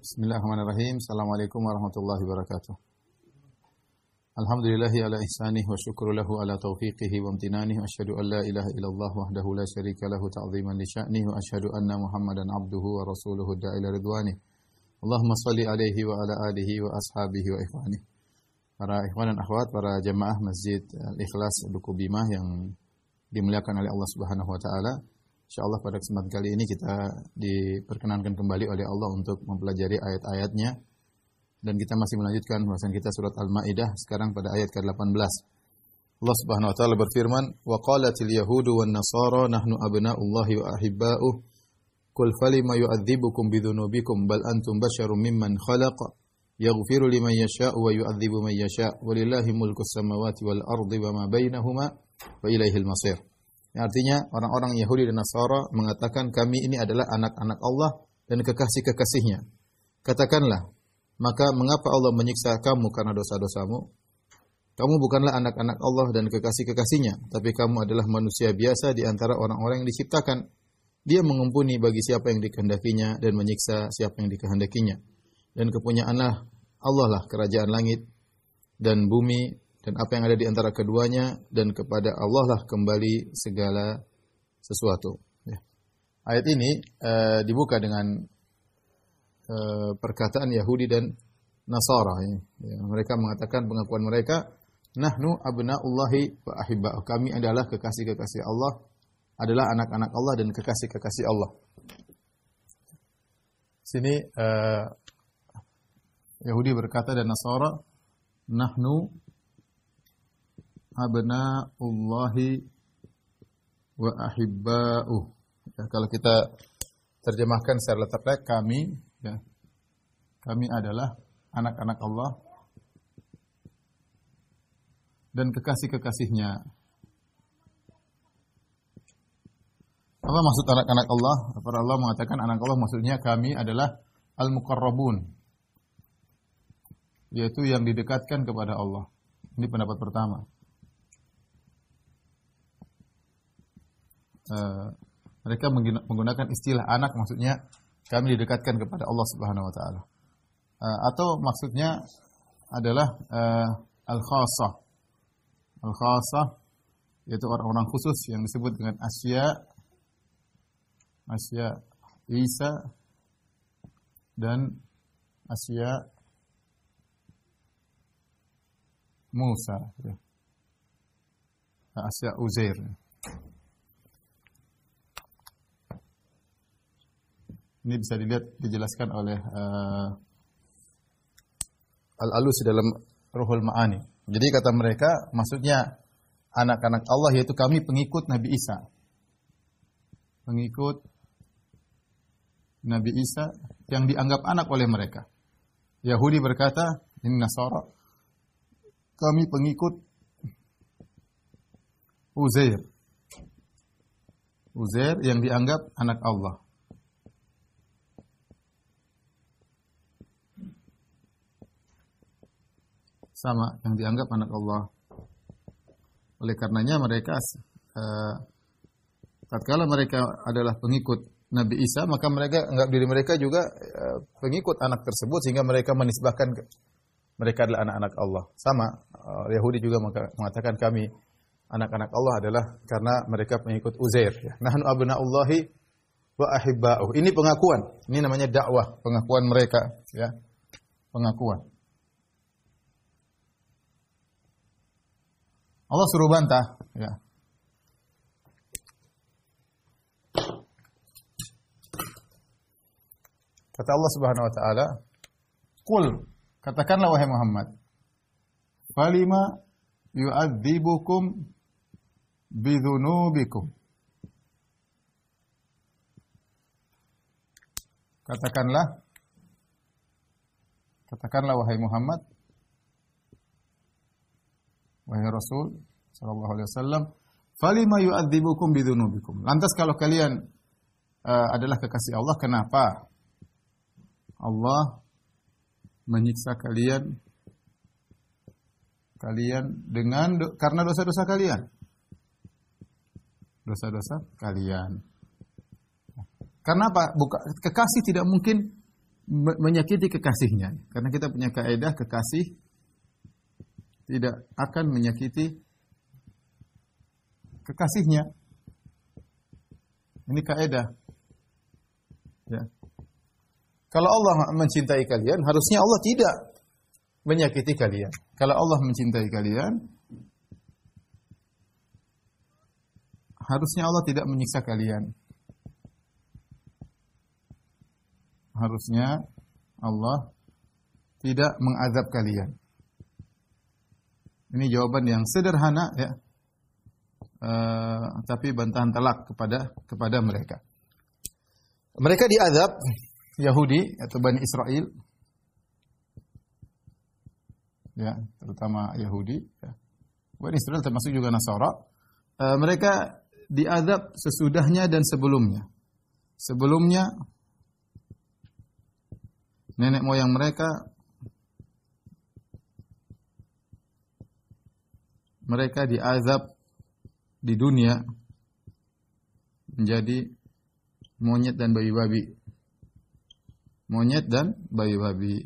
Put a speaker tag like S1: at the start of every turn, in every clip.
S1: Bismillahirrahmanirrahim. Assalamualaikum warahmatullahi wabarakatuh. Alhamdulillahi ala ihsanih wa syukru lahu ala taufiqihi wa amtinanih. Wa asyhadu an la ilaha illallah wahdahu la syarika lahu ta'ziman li sya'nih. Wa asyhadu anna Muhammadan abduhu wa rasuluhu da'ila ridwanih. Allahumma salli alaihi wa ala alihi wa ashabihi wa ikhwanih. Para ikhwan dan akhwat, para jamaah Masjid Al-Ikhlas Duku Bimah yang dimuliakan oleh Allah Subhanahu wa taala. Insyaallah pada kesempatan kali ini kita diperkenankan kembali oleh Allah untuk mempelajari ayat-ayatnya, dan kita masih melanjutkan bahasan kita surat Al-Maidah sekarang pada ayat ke-18. Allah Subhanahu wa taala berfirman, "Wa qalatil yahudu wan nasara nahnu abna'ullahi wa ahibba'uh qul falima yu'adzibukum bidzunubikum bal antum basyarum mimman khalaq yaghfiru liman yasha'u wa yu'adzibu man yasha' walillahi mulkus samawati wal ardi wa ma bainahuma wa ilaihil masir." Artinya orang-orang Yahudi dan Nasara mengatakan kami ini adalah anak-anak Allah dan kekasih-kekasihnya. Katakanlah, maka mengapa Allah menyiksa kamu karena dosa-dosamu? Kamu bukanlah anak-anak Allah dan kekasih-kekasihnya, tapi kamu adalah manusia biasa di antara orang-orang yang diciptakan. Dia mengampuni bagi siapa yang dikehendakinya dan menyiksa siapa yang dikehendakinya. Dan kepunyaanlah Allah lah kerajaan langit dan bumi dan apa yang ada di antara keduanya, dan kepada Allah lah kembali segala sesuatu. Ya. Ayat ini dibuka dengan perkataan Yahudi dan Nasara. Ya. Mereka mengatakan pengakuan mereka, nahnu abna'ullahi wa ahibba'uh. Kami adalah kekasih-kekasih Allah, adalah anak-anak Allah dan kekasih-kekasih Allah. Sini Yahudi berkata dan Nasara, nahnu abna'ullahi wa ahibba'uh. Ya, kalau kita terjemahkan secara letterlek, kami, ya, kami adalah anak-anak Allah dan kekasih-kekasihnya. Apa maksud anak-anak Allah? Para Allah mengatakan anak Allah maksudnya kami adalah al-muqarrabun, yaitu yang didekatkan kepada Allah. Ini pendapat pertama. Mereka menggunakan istilah anak, maksudnya kami didekatkan kepada Allah Subhanahu wa taala. Atau maksudnya adalah al-khassah. Al-khassah yaitu orang-orang khusus yang disebut dengan Asya Isa dan Asya Musa, ya. Asya Uzair. Ini bisa dijelaskan oleh Al-Alusi dalam Ruhul Ma'ani. Jadi kata mereka, maksudnya anak-anak Allah yaitu kami pengikut Nabi Isa. Pengikut Nabi Isa yang dianggap anak oleh mereka. Yahudi berkata, ini Nasara, kami pengikut Uzair. Uzair yang dianggap anak Allah. Sama, yang dianggap anak Allah. Oleh karenanya mereka tatkala mereka adalah pengikut Nabi Isa, maka mereka anggap diri mereka juga pengikut anak tersebut, sehingga mereka menisbahkan mereka adalah anak-anak Allah. Sama, Yahudi juga mengatakan kami anak-anak Allah adalah karena mereka pengikut Uzair. Ya. Nahnu abna'ullahi wa ahibba'uh. Ini pengakuan, ini namanya dakwah, pengakuan mereka, ya. Pengakuan. Allah suruh bantah, ya. Kata Allah Subhanahu wa taala, "Qul," katakanlah wahai Muhammad, "Falima yu'adzibukum bidzunubikum." Katakanlah wahai Muhammad, wahai Rasul sallallahu alaihi wasallam, falima yu'adzibukum bidzunubikum. Lantas kalau kalian adalah kekasih Allah, kenapa Allah menyiksa kalian dengan karena dosa-dosa kalian? Dosa-dosa kalian. Karena apa? Kekasih tidak mungkin menyakiti kekasihnya. Karena kita punya kaidah kekasih tidak akan menyakiti kekasihnya. Ini kaidah. Ya. Kalau Allah mencintai kalian, harusnya Allah tidak menyakiti kalian. Kalau Allah mencintai kalian, harusnya Allah tidak menyiksa kalian. Harusnya Allah tidak mengazab kalian. Ini jawaban yang sederhana, ya, tapi bantahan telak kepada mereka. Mereka diazab, Yahudi atau Bani Israel, ya, terutama Yahudi. Ya. Bani Israel termasuk juga Nasara. Mereka diazab sesudahnya dan sebelumnya. Sebelumnya nenek moyang mereka diazab di dunia menjadi monyet dan babi-babi. Monyet dan babi-babi.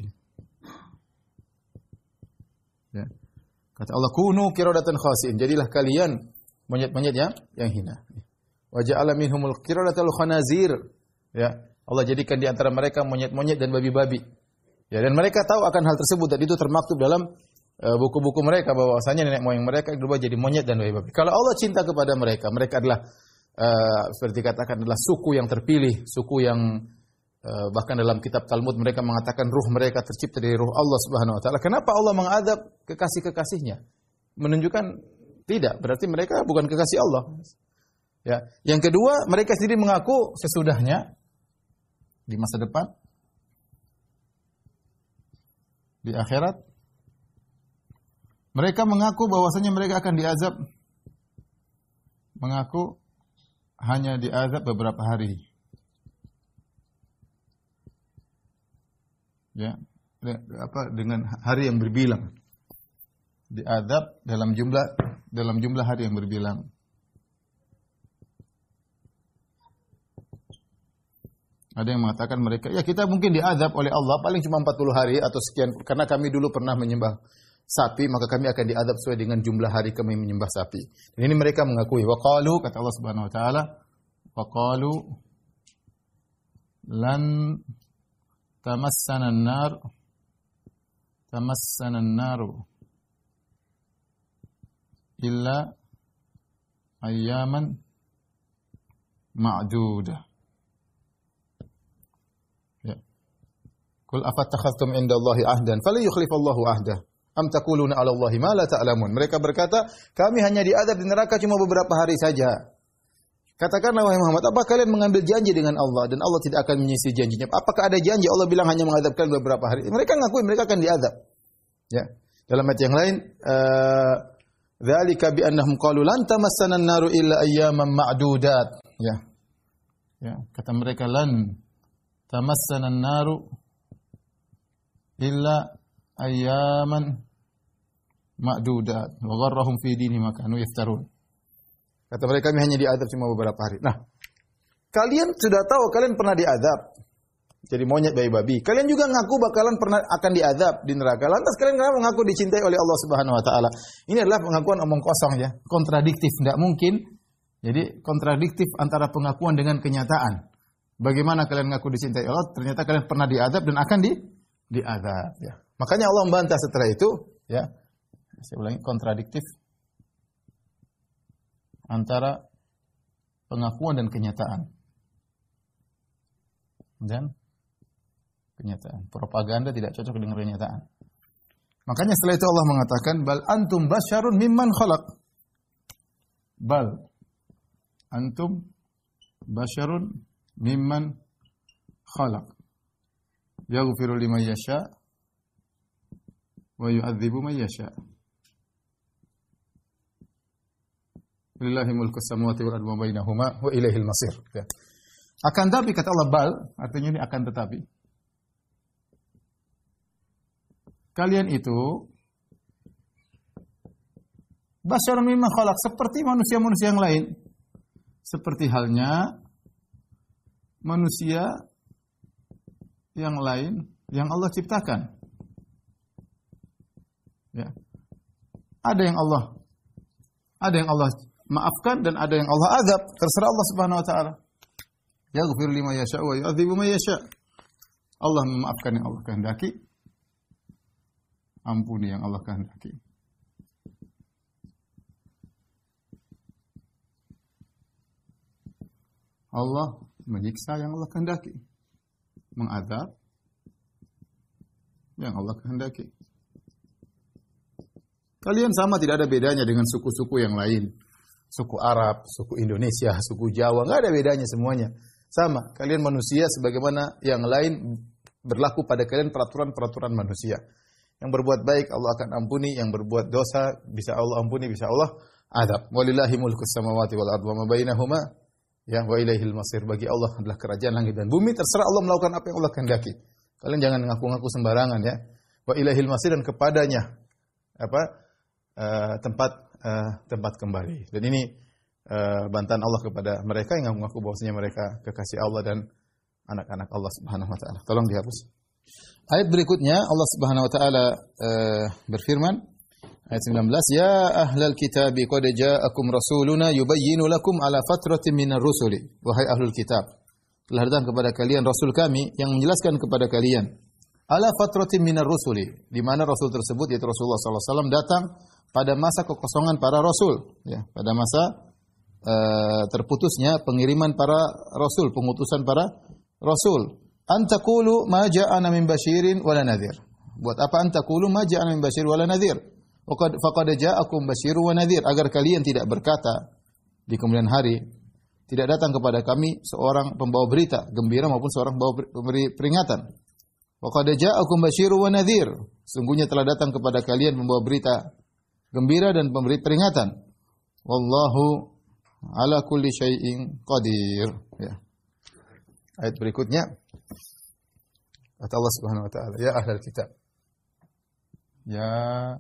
S1: Ya. Kata Allah, kunu qiradatan khasiin. Jadilah kalian monyet-monyet yang hina. Wa ja'ala minhumul qiradatal khanazir. Ya. Allah jadikan di antara mereka monyet-monyet dan babi-babi. Ya, dan mereka tahu akan hal tersebut dan itu termaktub dalam buku-buku mereka bahwasanya nenek moyang mereka berubah jadi monyet dan babi-babi. Kalau Allah cinta kepada mereka, mereka adalah seperti dikatakan adalah suku yang terpilih, suku yang bahkan dalam kitab Talmud mereka mengatakan ruh mereka tercipta dari ruh Allah Subhanahu wa taala. Kenapa Allah mengadab kekasih-kekasihnya? Menunjukkan tidak, berarti mereka bukan kekasih Allah. Ya. Yang kedua, mereka sendiri mengaku sesudahnya di masa depan, di akhirat, mereka mengaku bahwasanya mereka akan diazab, mengaku hanya diazab beberapa hari. Ya, dengan hari yang berbilang. Diazab dalam jumlah hari yang berbilang. Ada yang mengatakan mereka, ya kita mungkin diazab oleh Allah paling cuma 40 hari atau sekian, karena kami dulu pernah menyembah sapi, maka kami akan diazab sesuai dengan jumlah hari kami menyembah sapi. Dan ini mereka mengakui. Wa qalu, kata Allah Subhanahu wa taala, wa qalu lan tamassana an-naru illa ayyaman ma'dudah. Qul afattakhadhtum indallahi ahdan fala yukhlifallahu ahdah am taquluna 'ala Allahi ma la ta'lamun. Mereka berkata, kami hanya diazab di neraka cuma beberapa hari saja. Katakanlah wahai Muhammad, apa kalian mengambil janji dengan Allah dan Allah tidak akan menyisi janjinya? Apakah ada janji Allah bilang hanya mengazabkan beberapa hari? Mereka ngakui mereka akan diazab. Ya. Dalam ayat yang lain, dzalika bi annahum qalu lan tamassana an-naru illa ayyaman ma'dudat. Ya. Ya, kata mereka lan tamassana an-naru illa ayyaman ma'dudat wa gharrahum fi dinihim ma kanu yaftarun. Kata mereka kami hanya diazab cuma beberapa hari. Nah, kalian sudah tahu kalian pernah diazab jadi monyet babi-babi. Kalian juga ngaku bakalan akan diazab di neraka. Lantas kalian kenapa mengaku dicintai oleh Allah Subhanahu wa taala? Ini adalah pengakuan omong kosong ya, kontradiktif, tidak mungkin. Jadi kontradiktif antara pengakuan dengan kenyataan. Bagaimana kalian ngaku dicintai Allah, ternyata kalian pernah diazab dan akan diazab ya. Makanya Allah membantah setelah itu ya. Saya ulangi, kontradiktif antara pengakuan dan kenyataan. Dan kenyataan. Propaganda tidak cocok dengan kenyataan. Makanya setelah itu Allah mengatakan bal antum basyarun mimman khalaq. Bal antum basyarun mimman khalaq. Yaghfiru liman yasha wa yu'adzibu man yasha. Lillahi mulku samawati wal ardi wa bainahuma wa ilaihil masir. Ya. Akan tapi kata Allah bal, artinya ini akan tetapi. Kalian itu basyarun mimman khalaq, seperti manusia-manusia yang lain. Seperti halnya manusia yang lain yang Allah ciptakan. Ya. Ada yang Allah maafkan dan ada yang Allah azab. Terserah Allah Subhanahu wa taala. Yaghfir liman yasha' wa yu'adzibu man yasha'. Allah memaafkan yang Allah kehendaki. Ampuni yang Allah kehendaki. Allah menyiksa yang Allah kehendaki. Mengadab yang Allah kehendaki. Kalian sama, tidak ada bedanya dengan suku-suku yang lain. Suku Arab, suku Indonesia, suku Jawa, enggak ada bedanya semuanya. Sama, kalian manusia sebagaimana yang lain, berlaku pada kalian peraturan-peraturan manusia. Yang berbuat baik Allah akan ampuni, yang berbuat dosa bisa Allah ampuni, bisa Allah adab. Walillahi mulkus samawati wal ardi wa ma bainahuma, ya, wa ilaihil masir. Bagi Allah adalah kerajaan langit dan bumi, terserah Allah melakukan apa yang Allah kehendaki. Kalian jangan ngaku-ngaku sembarangan, ya. Wa ilaihil masir, dan kepadanya tempat kembali. Dan ini bantahan Allah kepada mereka yang mengaku bahwasanya mereka kekasih Allah dan anak-anak Allah Subhanahu wa taala. Tolong dihapus. Ayat berikutnya Allah Subhanahu wa taala berfirman, ayat 19, ya ahlal kitabi qad ja'akum rasuluna yubayyinu lakum ala fatratin minar rusuli. Wahai ahlul kitab, telah datang kepada kalian rasul kami yang menjelaskan kepada kalian ala fatratin minar rusuli, di mana rasul tersebut yaitu Rasulullah sallallahu alaihi wasallam datang pada masa kekosongan para rasul, ya, pada masa terputusnya pengiriman para rasul, pengutusan para rasul. Antaqulu ma ja'ana min basyirin wala nadhir. Buat apa antaqulu ma ja'ana min basyirin wala nadhir? Faqad ja'akum basyirun wa nadhir, agar kalian tidak berkata di kemudian hari, tidak datang kepada kami seorang pembawa berita gembira maupun seorang pemberi peringatan. Faqad ja'akum basyirun wa nadhir, sungguhnya telah datang kepada kalian pembawa berita gembira dan pemberi peringatan. Wallahu ala kulli syai'in qadir. Ya. Ayat berikutnya kata Allah Subhanahu wa taala, ya ahlal kitab. Ya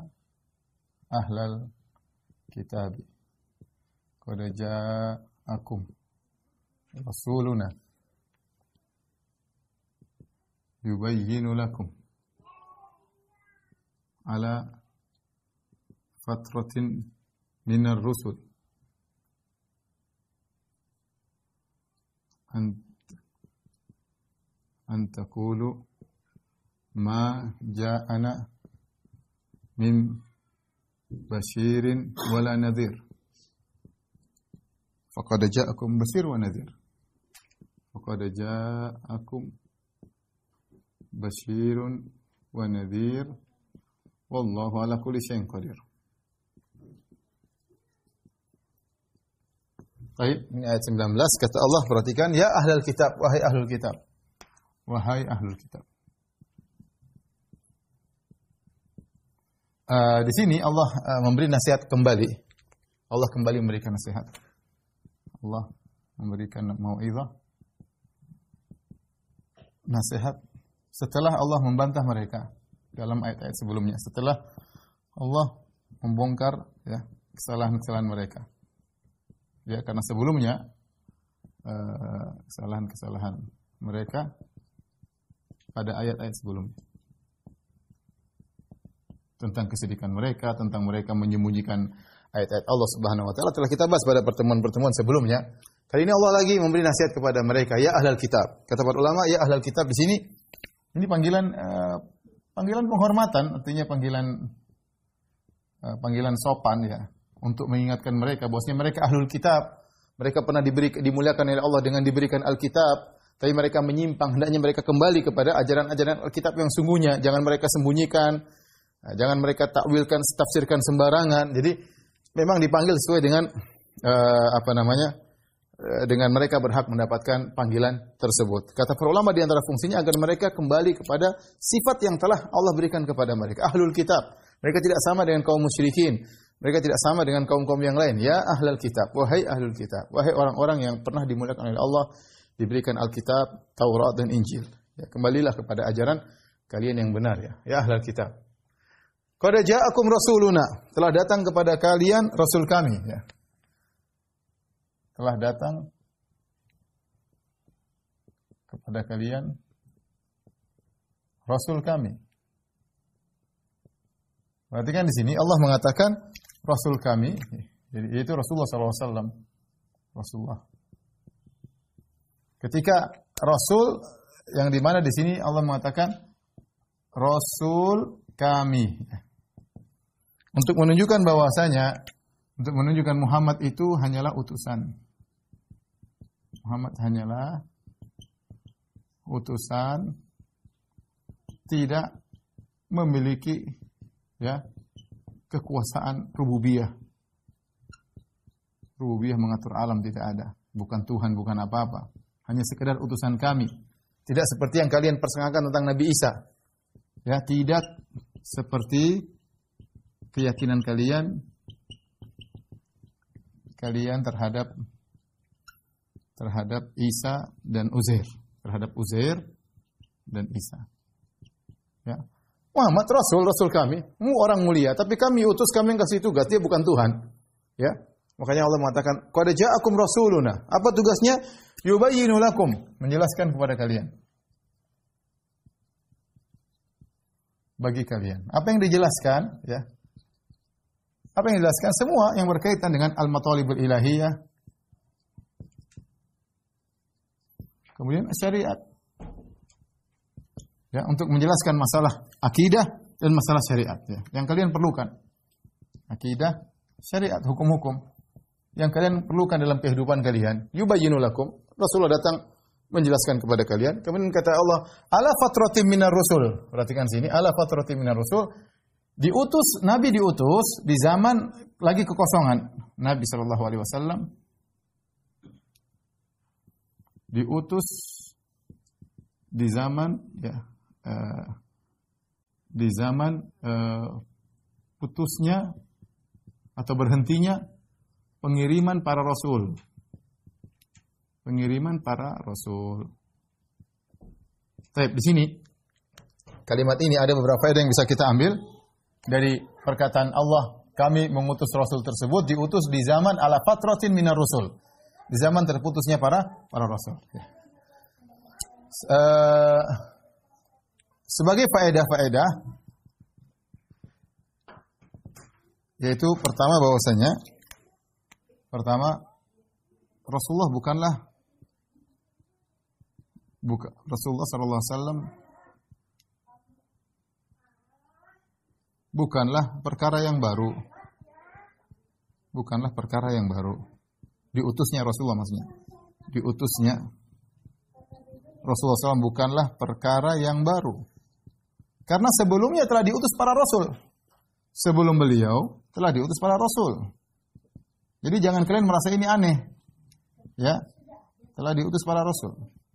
S1: ahlal kitab. Qad ja'akum rasuluna yubayyinu lakum ala fatratin minar rusul an taqulu ma ja'ana min basyirin wala nadhir. Faqad ja'akum basyir wa nadhir. Faqad ja'akum basyirun wa nadhir. Wallahu ala kulli syai'in qadir. Baik, ini ayat 19, kata Allah, perhatikan, ya ahlul kitab, wahai ahlul kitab. Wahai ahlul kitab. Di sini Allah memberi nasihat kembali. Allah kembali memberikan nasihat. Allah memberikan mau'izah, nasihat setelah Allah membantah mereka dalam ayat-ayat sebelumnya. Setelah Allah membongkar, ya, kesalahan-kesalahan mereka. Ya, karena sebelumnya kesalahan-kesalahan mereka pada ayat-ayat sebelumnya. Tentang kesedihan mereka, tentang mereka menyembunyikan ayat-ayat Allah Subhanahu wa taala telah kita bahas pada pertemuan-pertemuan sebelumnya. Kali ini Allah lagi memberi nasihat kepada mereka, ya ahlal kitab. Kata para ulama, ya ahlal kitab di sini ini panggilan penghormatan, artinya panggilan sopan, ya, untuk mengingatkan mereka bahwasanya mereka ahlul kitab. Mereka pernah dimuliakan oleh Allah dengan diberikan Alkitab, tapi mereka menyimpang. Hendaknya mereka kembali kepada ajaran-ajaran Alkitab yang sungguhnya. Jangan mereka sembunyikan, jangan mereka takwilkan, tafsirkan sembarangan. Jadi memang dipanggil sesuai dengan dengan mereka berhak mendapatkan panggilan tersebut. Kata para ulama, di antara fungsinya agar mereka kembali kepada sifat yang telah Allah berikan kepada mereka. Ahlul kitab. Mereka tidak sama dengan kaum musyrikin. Mereka tidak sama dengan kaum-kaum yang lain. Ya ahlul kitab, wahai ahlul kitab, wahai orang-orang yang pernah dimuliakan oleh Allah, diberikan Alkitab, Taurat dan Injil. Ya, kembalilah kepada ajaran kalian yang benar, ya. Ya ahlul kitab. Qad ja'akum rasuluna, telah datang kepada kalian rasul kami, ya. Telah datang kepada kalian Rasul kami. Berarti kan di sini Allah mengatakan Rasul kami, jadi itu Rasulullah SAW. Rasulullah. Ketika Rasul yang di mana di sini Allah mengatakan Rasul kami. Untuk menunjukkan bahwasanya, untuk menunjukkan Muhammad itu hanyalah utusan. Muhammad hanyalah utusan, tidak memiliki ya kekuasaan rububiyah. Rububiyah mengatur alam tidak ada, bukan Tuhan, bukan apa-apa. Hanya sekedar utusan kami. Tidak seperti yang kalian persangkakan tentang Nabi Isa. Ya, tidak seperti keyakinan kalian terhadap Isa dan Uzair, terhadap Uzair dan Isa. Ya. Muhammad Rasul kami, orang mulia, tapi kami utus, kami yang kasih tugas, dia bukan Tuhan. Ya. Makanya Allah mengatakan, qad ja'akum rasuluna. Apa tugasnya? Yubayyinu lakum, menjelaskan kepada kalian. Bagi kalian. Apa yang dijelaskan, ya? Apa yang dijelaskan? Semua yang berkaitan dengan al-matalibul ilahiyah. Kemudian syariat. Ya, untuk menjelaskan masalah akidah dan masalah syariat, ya. Yang kalian perlukan. Akidah, syariat, hukum-hukum yang kalian perlukan dalam kehidupan kalian. Yubayyinu lakum. Rasulullah datang menjelaskan kepada kalian. Kemudian kata Allah, ala fatratim minar rusul. Perhatikan sini, ala fatratim minar rusul. Diutus, Nabi diutus di zaman lagi kekosongan. Nabi SAW diutus di zaman ya putusnya atau berhentinya pengiriman para rasul. Pengiriman para rasul. Baik, di sini kalimat ini ada beberapa faedah yang bisa kita ambil dari perkataan Allah, kami mengutus rasul tersebut diutus di zaman ala fatratin minar rusul. Di zaman terputusnya para rasul. Sebagai faedah-faedah yaitu pertama bahwasanya Rasulullah Rasulullah sallallahu alaihi wasallam bukanlah perkara yang baru. Bukanlah perkara yang baru. Diutusnya Rasulullah maksudnya. Diutusnya Rasulullah SAW bukanlah perkara yang baru. Karena sebelumnya telah diutus para rasul. Sebelum beliau telah diutus para rasul. Jadi jangan kalian merasa ini aneh. Ya, telah diutus para rasul.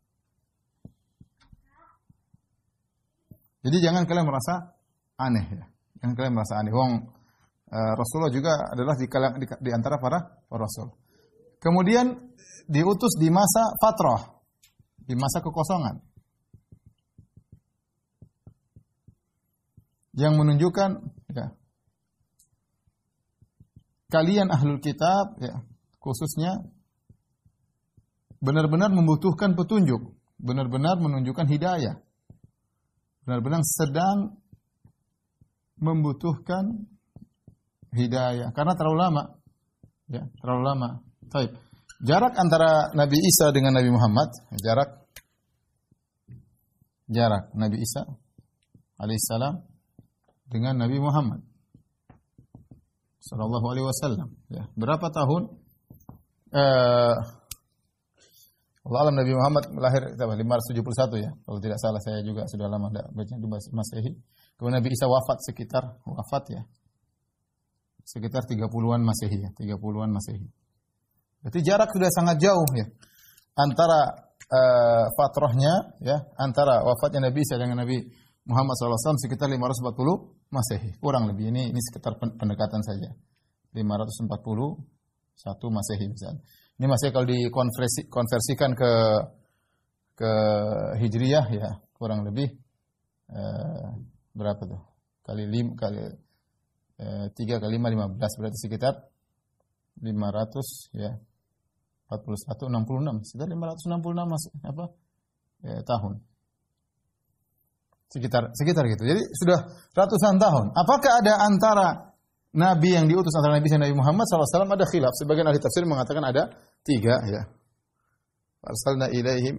S1: Jadi jangan kalian merasa aneh ya. Jangan kalian merasa aneh. Rasulullah juga adalah di antara para rasul. Kemudian diutus di masa fatrah, di masa kekosongan. Yang menunjukkan ya, kalian ahlul kitab ya, khususnya benar-benar membutuhkan petunjuk, benar-benar menunjukkan hidayah. Benar-benar sedang membutuhkan hidayah karena terlalu lama. Ya, terlalu lama. Baik. Jarak antara Nabi Isa dengan Nabi Muhammad, jarak Nabi Isa alaihissalam dengan Nabi Muhammad sallallahu alaihi wasallam. Ya, berapa tahun? Allah alam Nabi Muhammad lahir 571 ya. Kalau tidak salah saya juga sudah lama tidak baca di Masehi. Kemudian Nabi Isa wafat sekitar 30-an Masehi ya, 30-an Masehi. Berarti jarak sudah sangat jauh ya antara fatrahnya ya, antara wafatnya Nabi Isa dengan Nabi Muhammad SAW sekitar 540 Masehi. Kurang lebih ini sekitar pendekatan saja. 541 Masehi misalnya. Ini masih kalau dikonversikan ke Hijriyah ya, kurang lebih berapa tuh? Kali 3 kali 5 15 berarti sekitar 500 ya. 41 66 sekitar 566 tahun. Sekitar gitu. Jadi sudah ratusan tahun. Apakah ada antara nabi yang diutus antara nabi Nabi Muhammad SAW ada khilaf? Sebagian ahli tafsir mengatakan ada 3 ya. Arsalna ilaihim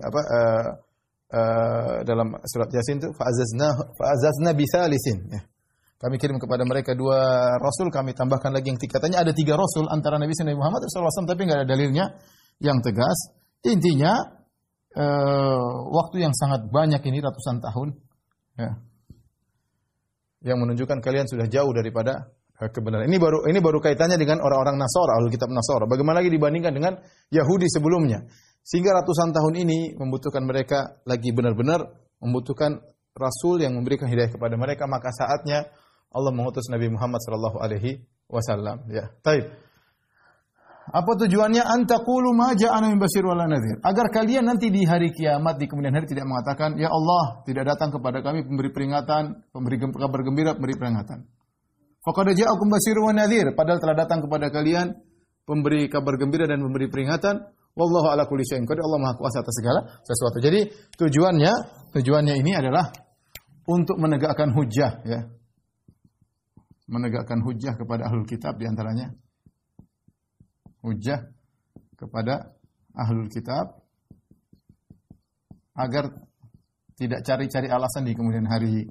S1: dalam surat Yasin itu fa'azazna bitsalisin ya. Kami kirim kepada mereka 2 rasul, kami tambahkan lagi yang 3. Katanya ada 3 rasul antara Nabi Muhammad SAW, tapi enggak ada dalilnya yang tegas. Intinya waktu yang sangat banyak ini ratusan tahun ya. Yang menunjukkan kalian sudah jauh daripada kebenaran. Ini baru kaitannya dengan orang-orang Nasara, Ahlul Kitab Nasara. Bagaimana lagi dibandingkan dengan Yahudi sebelumnya? Sehingga ratusan tahun ini membutuhkan mereka lagi benar-benar membutuhkan rasul yang memberikan hidayah kepada mereka, maka saatnya Allah mengutus Nabi Muhammad sallallahu alaihi wasallam ya. Baik. Apa tujuannya? Antaqulu ma ja'ana min basyir wala nadhir. Agar kalian nanti di hari kiamat di kemudian hari tidak mengatakan, ya Allah, tidak datang kepada kami pemberi peringatan, pemberi kabar gembira, pemberi peringatan. Faqad ja'akum basyir wa nadhir. Padahal telah datang kepada kalian pemberi kabar gembira dan pemberi peringatan. Wallahu ala kulli syai'in qadir. Allah Maha Kuasa atas segala sesuatu. Jadi tujuannya ini adalah untuk menegakkan hujjah ya. Menegakkan hujjah kepada ahlul kitab, di antaranya hujjah kepada ahlul kitab agar tidak cari-cari alasan di kemudian hari.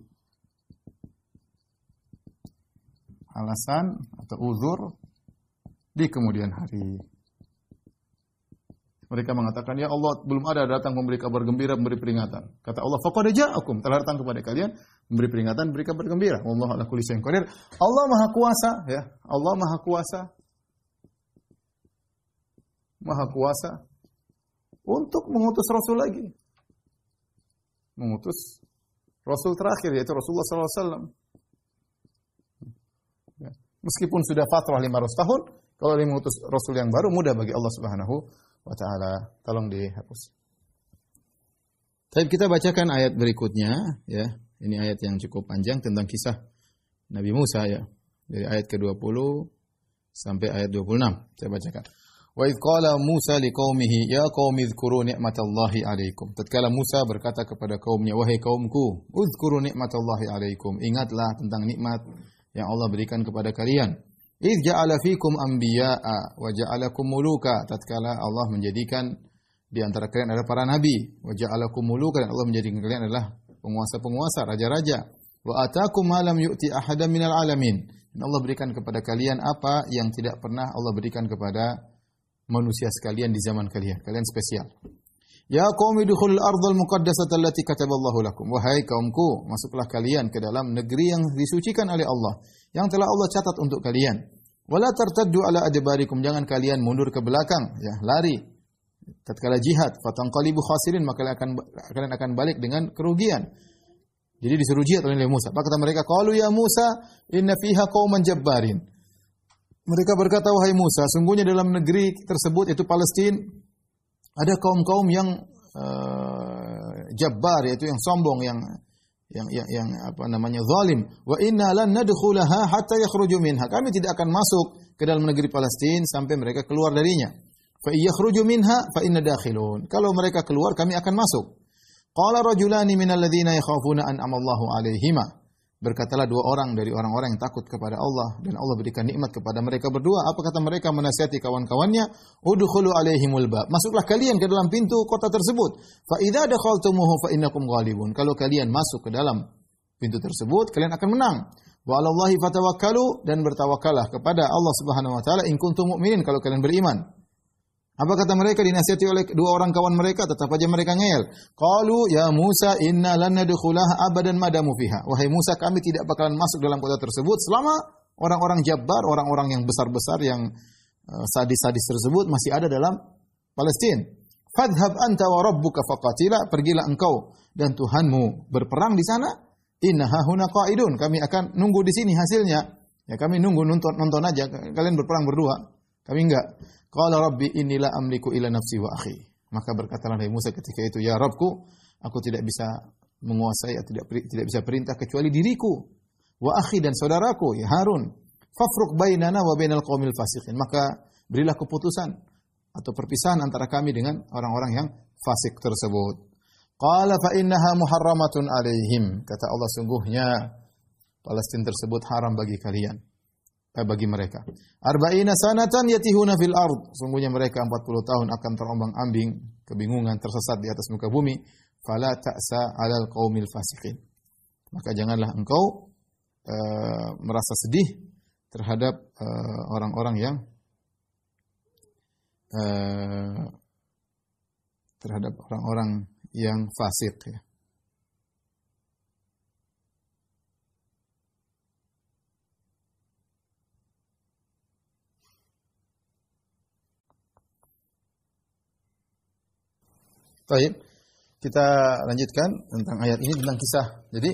S1: Alasan atau uzur di kemudian hari. Mereka mengatakan, ya Allah, belum ada datang memberi kabar gembira, memberi peringatan. Kata Allah, faqad ja'akum, telah datang kepada kalian memberi peringatan, memberi kabar gembira. Wallahu ala kulli syai'in qadir. Allah Maha Kuasa, ya. Allah Maha Kuasa. Maha Kuasa untuk mengutus rasul lagi. Mengutus rasul terakhir, yaitu Rasulullah sallallahu alaihi wasallam. Meskipun sudah fatrah 500 tahun, kalau dia mengutus rasul yang baru, mudah bagi Allah Subhanahu wa ta'ala. Tolong dihapus. Tapi kita bacakan ayat berikutnya ya. Ini ayat yang cukup panjang tentang kisah Nabi Musa ya. Dari ayat ke-20 sampai ayat 26. Saya bacakan. Wa idh qala Musa liqaumihi ya qaumi dzkuru ni'matallahi 'alaikum. Tatkala Musa berkata kepada kaumnya, wahai kaumku, udzkuru ni'matallahi 'alaikum. Ingatlah tentang nikmat yang Allah berikan kepada kalian. Idz ja'ala fikum anbiya'a wa ja'alakum muluka. Tatkala Allah menjadikan di antara kalian adalah para nabi, wa ja'alakum muluka, dan Allah menjadikan kalian adalah penguasa-penguasa, raja-raja. Wa atakum ma lam yu'ti ahadan minal alamin. Dan Allah berikan kepada kalian apa yang tidak pernah Allah berikan kepada manusia sekalian di zaman kalian. Kalian spesial. Ya qaumi dukhulul ardhal muqaddasata allati kataballahu lakum. Wahai kaumku, masuklah kalian ke dalam negeri yang disucikan oleh Allah, yang telah Allah catat untuk kalian. Wala tartaddu ala adbarikum, jangan kalian mundur ke belakang, ya, lari. Tatkala jihad, fatanqalibu khasirin, maka kalian akan balik dengan kerugian. Jadi disuruh jihad oleh Musa. Apa kata mereka? Qalu ya Musa, inna fiha qauman jabbarin. Mereka berkata, wahai Musa, sungguhnya dalam negeri tersebut, yaitu Palestina, ada kaum-kaum yang jabbar, yaitu yang sombong, yang apa namanya, zalim. Wa inna lan nadkhulaha hatta yakhruju minha. Kami tidak akan masuk ke dalam negeri Palestina sampai mereka keluar darinya. Fa yakhruju minha fa inna dakhilun. Kalau mereka keluar, kami akan masuk. Qala rajulani minal ladzina yakhafuna an amallahu alaihima. Berkatalah 2 orang dari orang-orang yang takut kepada Allah dan Allah berikan nikmat kepada mereka berdua. Apa kata mereka? Menasihati kawan-kawannya, udkhulu alaihimul bab. Masuklah kalian ke dalam pintu kota tersebut. Fa idza dakhaltumuhu fa innakum ghalibun. Kalau kalian masuk ke dalam pintu tersebut, kalian akan menang. Wa 'alallahi fatawakkalu, dan bertawakallah kepada Allah Subhanahu wa taala in kuntum mu'minin, kalau kalian beriman. Apa kata mereka? Dinasihati oleh 2 orang kawan mereka, tetap aja mereka ngeyel. Qalu ya Musa inna lan nadkhulaha abadan madamu fiha. Wahai Musa, kami tidak bakalan masuk dalam kota tersebut selama orang-orang jabbar, orang-orang yang besar-besar, yang sadis-sadis tersebut masih ada dalam Palestina. Fadhhab anta wa rabbuka faqatila, pergilah engkau dan Tuhanmu berperang di sana. Innaha huna qa'idun, kami akan nunggu di sini hasilnya. Ya, kami nunggu nonton aja, kalian berperang berdua. Kami enggak. Qala rabbi inni la amliku illa nafsi wa akhi. Maka berkatalah Nabi Musa ketika itu, ya Rabbku, aku tidak bisa menguasai, tidak bisa perintah kecuali diriku, wa akhi, dan saudaraku, ya Harun. Fafruq bainana wa bainal qaumil fasiqin. Maka berilah keputusan atau perpisahan antara kami dengan orang-orang yang fasik tersebut. Qala fa innaha muharramatun alaihim. Kata Allah, sungguhnya Palestina tersebut haram bagi kalian. Bagi mereka. Arba'ina sanatan yatihuna fil ard. Sungguhnya mereka 40 tahun akan terombang-ambing, kebingungan, tersesat di atas muka bumi. Fala ta'sa 'alal qaumil fasiqin. Maka janganlah engkau merasa sedih terhadap orang-orang yang fasik, ya. Baik, kita lanjutkan tentang ayat ini, tentang kisah. Jadi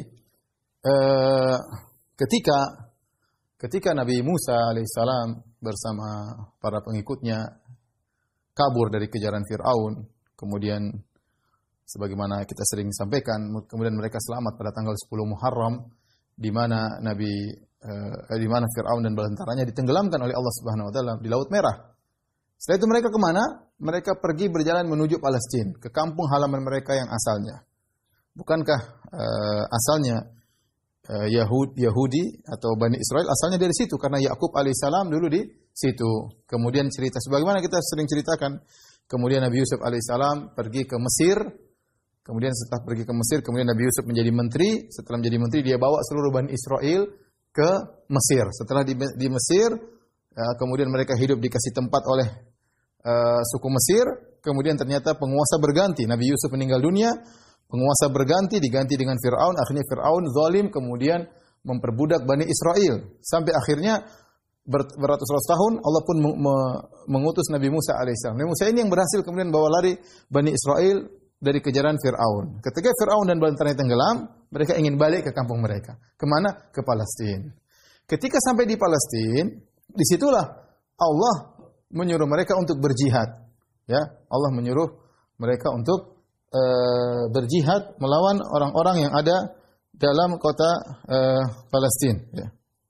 S1: ketika Nabi Musa alaihissalam bersama para pengikutnya kabur dari kejaran Fir'aun, kemudian sebagaimana kita sering sampaikan, kemudian mereka selamat pada tanggal 10 Muharram, di mana Fir'aun dan bala tentaranya ditenggelamkan oleh Allah Subhanahu wa taala di Laut Merah. Setelah itu mereka kemana? Mereka pergi berjalan menuju Palestina, ke kampung halaman mereka yang asalnya. Bukankah asalnya Yahudi atau Bani Israel asalnya dari situ, karena Yakub alaihissalam dulu di situ. Kemudian cerita sebagaimana kita sering ceritakan, kemudian Nabi Yusuf alaihissalam pergi ke Mesir. Kemudian setelah pergi ke Mesir, kemudian Nabi Yusuf menjadi menteri. Setelah menjadi menteri, dia bawa seluruh Bani Israel ke Mesir. Setelah di Mesir, kemudian mereka hidup dikasih tempat oleh suku Mesir. Kemudian ternyata penguasa berganti. Nabi Yusuf meninggal dunia, penguasa berganti, diganti dengan Fir'aun. Akhirnya Fir'aun zalim, kemudian memperbudak Bani Israel. Sampai akhirnya beratus-ratus tahun Allah pun mengutus Nabi Musa alaihissalam. Nabi Musa ini yang berhasil kemudian bawa lari Bani Israel dari kejaran Fir'aun. Ketika Fir'aun dan bala tentaranya tenggelam, mereka ingin balik ke kampung mereka. Kemana? Ke Palestina. Ketika sampai di Palestina, disitulah Allah menyuruh mereka untuk berjihad. Ya, Allah menyuruh mereka untuk berjihad melawan orang-orang yang ada dalam kota Palestina. Ya.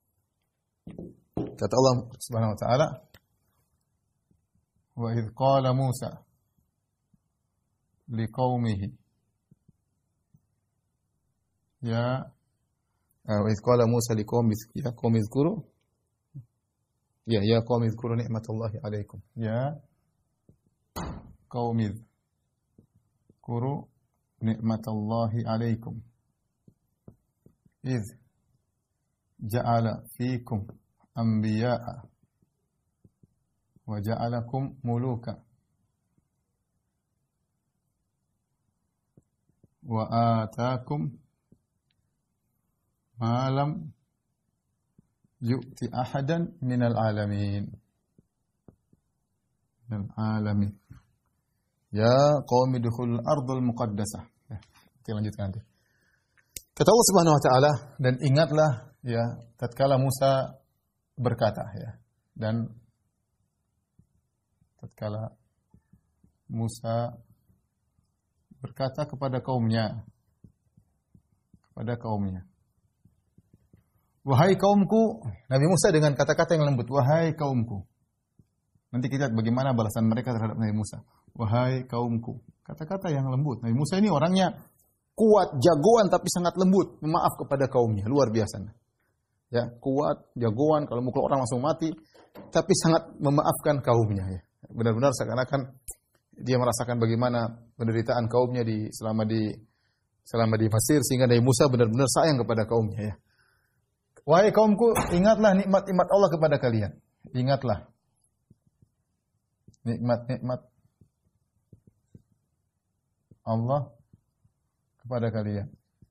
S1: Kata Allah Subhanahu wa taala, "Wa idz qala Musa liqaumihi." Wa idz qala Musa liqaumihi ya qaumi dzkuru. Ya qaumi dzkuru ni'matallahi 'alaikum. Ya qaumi dzkuru ni'matallahi 'alaikum. Idz ja'ala fikum anbiya'a wa ja'alakum muluka wa ataakum ma lam yu'ti ahadan minal alamin. Ya qaumi dukhulul ardul muqaddasah. Kita lanjutkan nanti. Kata Allah Subhanahu wa taala, dan ingatlah ya tatkala Musa berkata, ya, dan tatkala Musa berkata kepada kaumnya, wahai kaumku. Nabi Musa dengan kata-kata yang lembut, wahai kaumku. Nanti kita lihat bagaimana balasan mereka terhadap Nabi Musa. Wahai kaumku. Kata-kata yang lembut. Nabi Musa ini orangnya kuat, jagoan, tapi sangat lembut, memaaf kepada kaumnya, luar biasa. Ya, kuat, jagoan, kalau mukul orang langsung mati, tapi sangat memaafkan kaumnya. Ya. Benar-benar seakan-akan dia merasakan bagaimana penderitaan kaumnya selama di Mesir, sehingga Nabi Musa benar-benar sayang kepada kaumnya. Ya. Wahai kaumku, ingatlah nikmat-nikmat Allah kepada kalian. Ingatlah nikmat-nikmat Allah kepada kalian.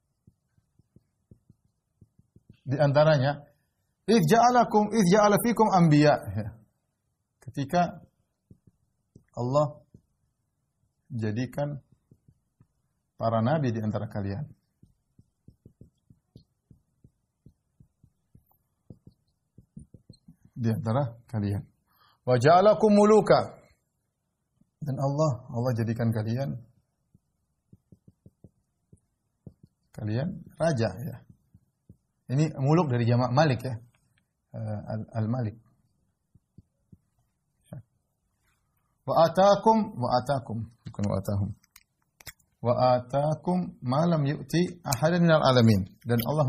S1: Di antaranya, idz ja'ala fikum anbiya. Ketika Allah jadikan para nabi di antara kalian. Di antara kalian. Wa ja'alakum muluka. Dan Allah jadikan kalian raja, ya. Ini muluk dari jamak malik, ya. Al-Malik. Wa atakum bukan wa atahum. wa ataakum ma lam yu'ti ahadan minal alamin. Dan Allah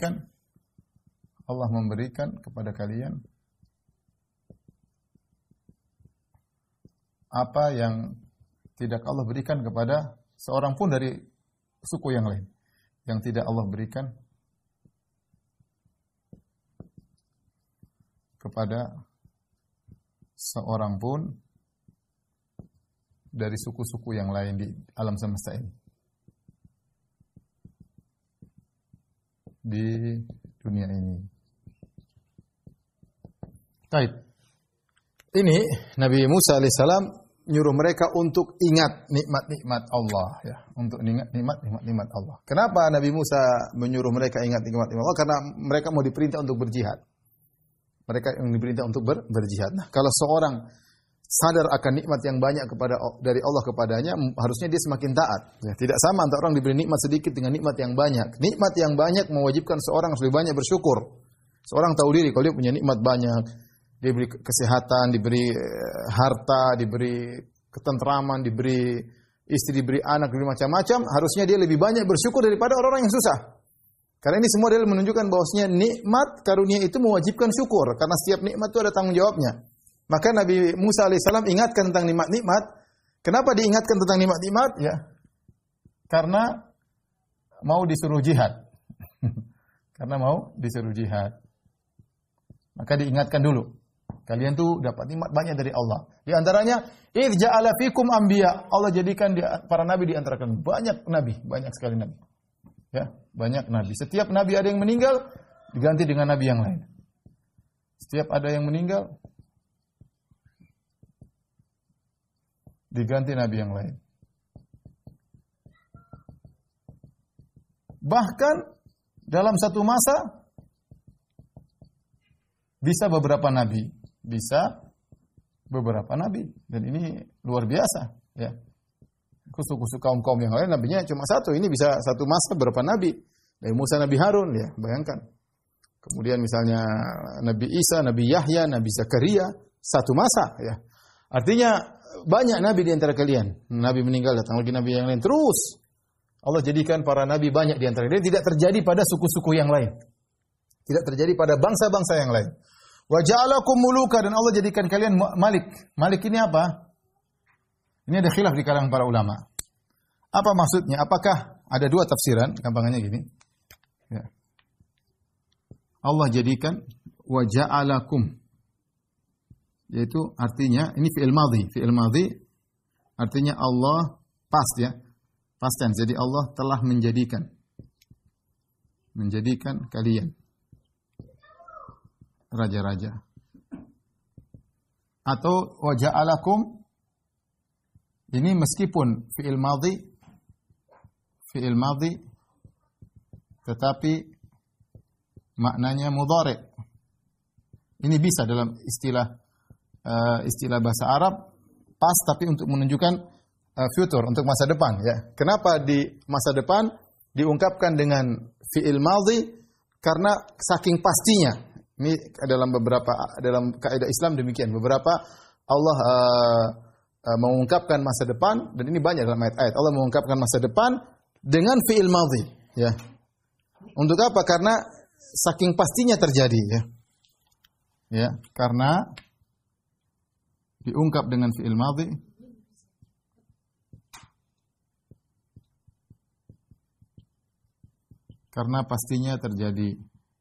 S1: memberikan kepada kalian apa yang tidak Allah berikan kepada seorang pun dari suku yang lain. Yang tidak Allah berikan kepada seorang pun dari suku-suku yang lain di alam semesta ini. Di dunia ini. Baik. Ini Nabi Musa alaihissalam nyuruh mereka untuk ingat nikmat-nikmat Allah, ya, untuk ingat nikmat-nikmat Allah. Kenapa Nabi Musa menyuruh mereka ingat nikmat-nikmat Allah? Karena mereka mau diperintah untuk berjihad. Mereka yang diperintah untuk berjihad. Nah, kalau seorang sadar akan nikmat yang banyak dari Allah kepadanya, harusnya dia semakin taat. Ya, tidak sama antara orang diberi nikmat sedikit dengan nikmat yang banyak. Nikmat yang banyak mewajibkan seorang harus lebih banyak bersyukur. Seorang tahu diri kalau dia punya nikmat banyak, diberi kesehatan, diberi harta, diberi ketentraman, diberi istri, diberi anak, diberi macam-macam, harusnya dia lebih banyak bersyukur daripada orang-orang yang susah. Karena ini semua adalah menunjukkan bahwasanya nikmat karunia itu mewajibkan syukur, karena setiap nikmat itu ada tanggung jawabnya. Maka Nabi Musa alaihissalam ingatkan tentang nikmat-nikmat. Kenapa diingatkan tentang nikmat-nikmat? Ya, karena mau disuruh jihad. Karena mau disuruh jihad. Maka diingatkan dulu. Kalian tuh dapat nikmat banyak dari Allah. Di antaranya, idz ja'ala fikum anbiya. Allah jadikan para nabi di antara kalian. Banyak nabi, banyak sekali nabi. Ya, banyak nabi. Setiap nabi ada yang meninggal, diganti dengan nabi yang lain. Setiap ada yang meninggal, diganti nabi yang lain. Bahkan dalam satu masa bisa beberapa nabi, dan ini luar biasa, ya. Kusu-kusu kaum-kaum yang lain nabinya cuma satu, ini bisa satu masa berapa nabi? Dari Musa, Nabi Harun, ya, bayangkan. Kemudian misalnya Nabi Isa, Nabi Yahya, Nabi Zakaria, satu masa, ya. Artinya banyak nabi di antara kalian. Nabi meninggal, datang lagi nabi yang lain. Terus Allah jadikan para nabi banyak di antara kalian. Tidak terjadi pada suku-suku yang lain. Tidak terjadi pada bangsa-bangsa yang lain. Wa ja'alakum muluka, dan Allah jadikan kalian malik. Malik ini apa? Ini ada khilaf di kalangan para ulama. Apa maksudnya? Apakah ada dua tafsiran? Gampangannya gini. Ya. Allah jadikan wa ja'alakum, yaitu artinya ini fi'il madhi. Fi'il madhi artinya Allah past, ya. Past tense. Jadi Allah telah menjadikan kalian raja-raja. Atau wa ja'alakum, ini meskipun fi'il madhi tetapi maknanya mudhari'. Ini bisa dalam istilah bahasa Arab pas, tapi untuk menunjukkan future, untuk masa depan, ya. Kenapa di masa depan diungkapkan dengan fi'il madhi? Karena saking pastinya. Ini dalam kaidah Islam demikian. Beberapa Allah mengungkapkan masa depan, dan ini banyak dalam ayat-ayat. Allah mengungkapkan masa depan dengan fi'il madhi, ya. Untuk apa? Karena saking pastinya terjadi, ya. Ya, karena diungkap dengan fi'il madhi karena pastinya terjadi.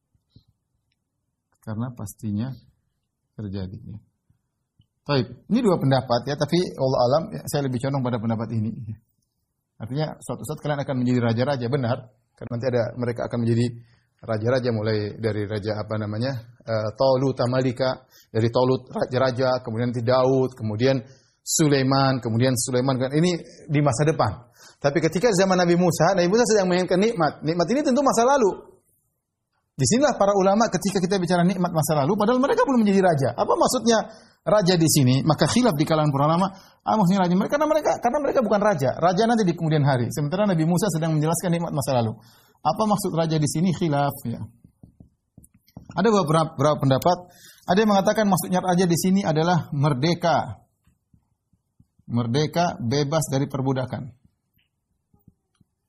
S1: Karena pastinya terjadi, ya. Baik, ini dua pendapat, ya, tapi Allah alam, ya, saya lebih condong pada pendapat ini. Artinya suatu saat kalian akan menjadi raja-raja, benar. Karena nanti mereka akan menjadi raja-raja, mulai dari raja Talut Malika, dari Talut raja-raja, kemudian nanti Daud, kemudian Sulaiman, ini di masa depan. Tapi ketika zaman Nabi Musa sedang menginginkan nikmat. Nikmat ini tentu masa lalu. Disinilah para ulama ketika kita bicara nikmat masa lalu, padahal mereka belum menjadi raja. Apa maksudnya raja di sini? Maka khilaf di kalangan para ulama. Maksudnya raja karena mereka bukan raja. Raja nanti di kemudian hari. Sementara Nabi Musa sedang menjelaskan nikmat masa lalu. Apa maksud raja di sini? Khilaf, ya. Ada beberapa pendapat. Ada yang mengatakan maksudnya raja di sini adalah merdeka. Merdeka, bebas dari perbudakan.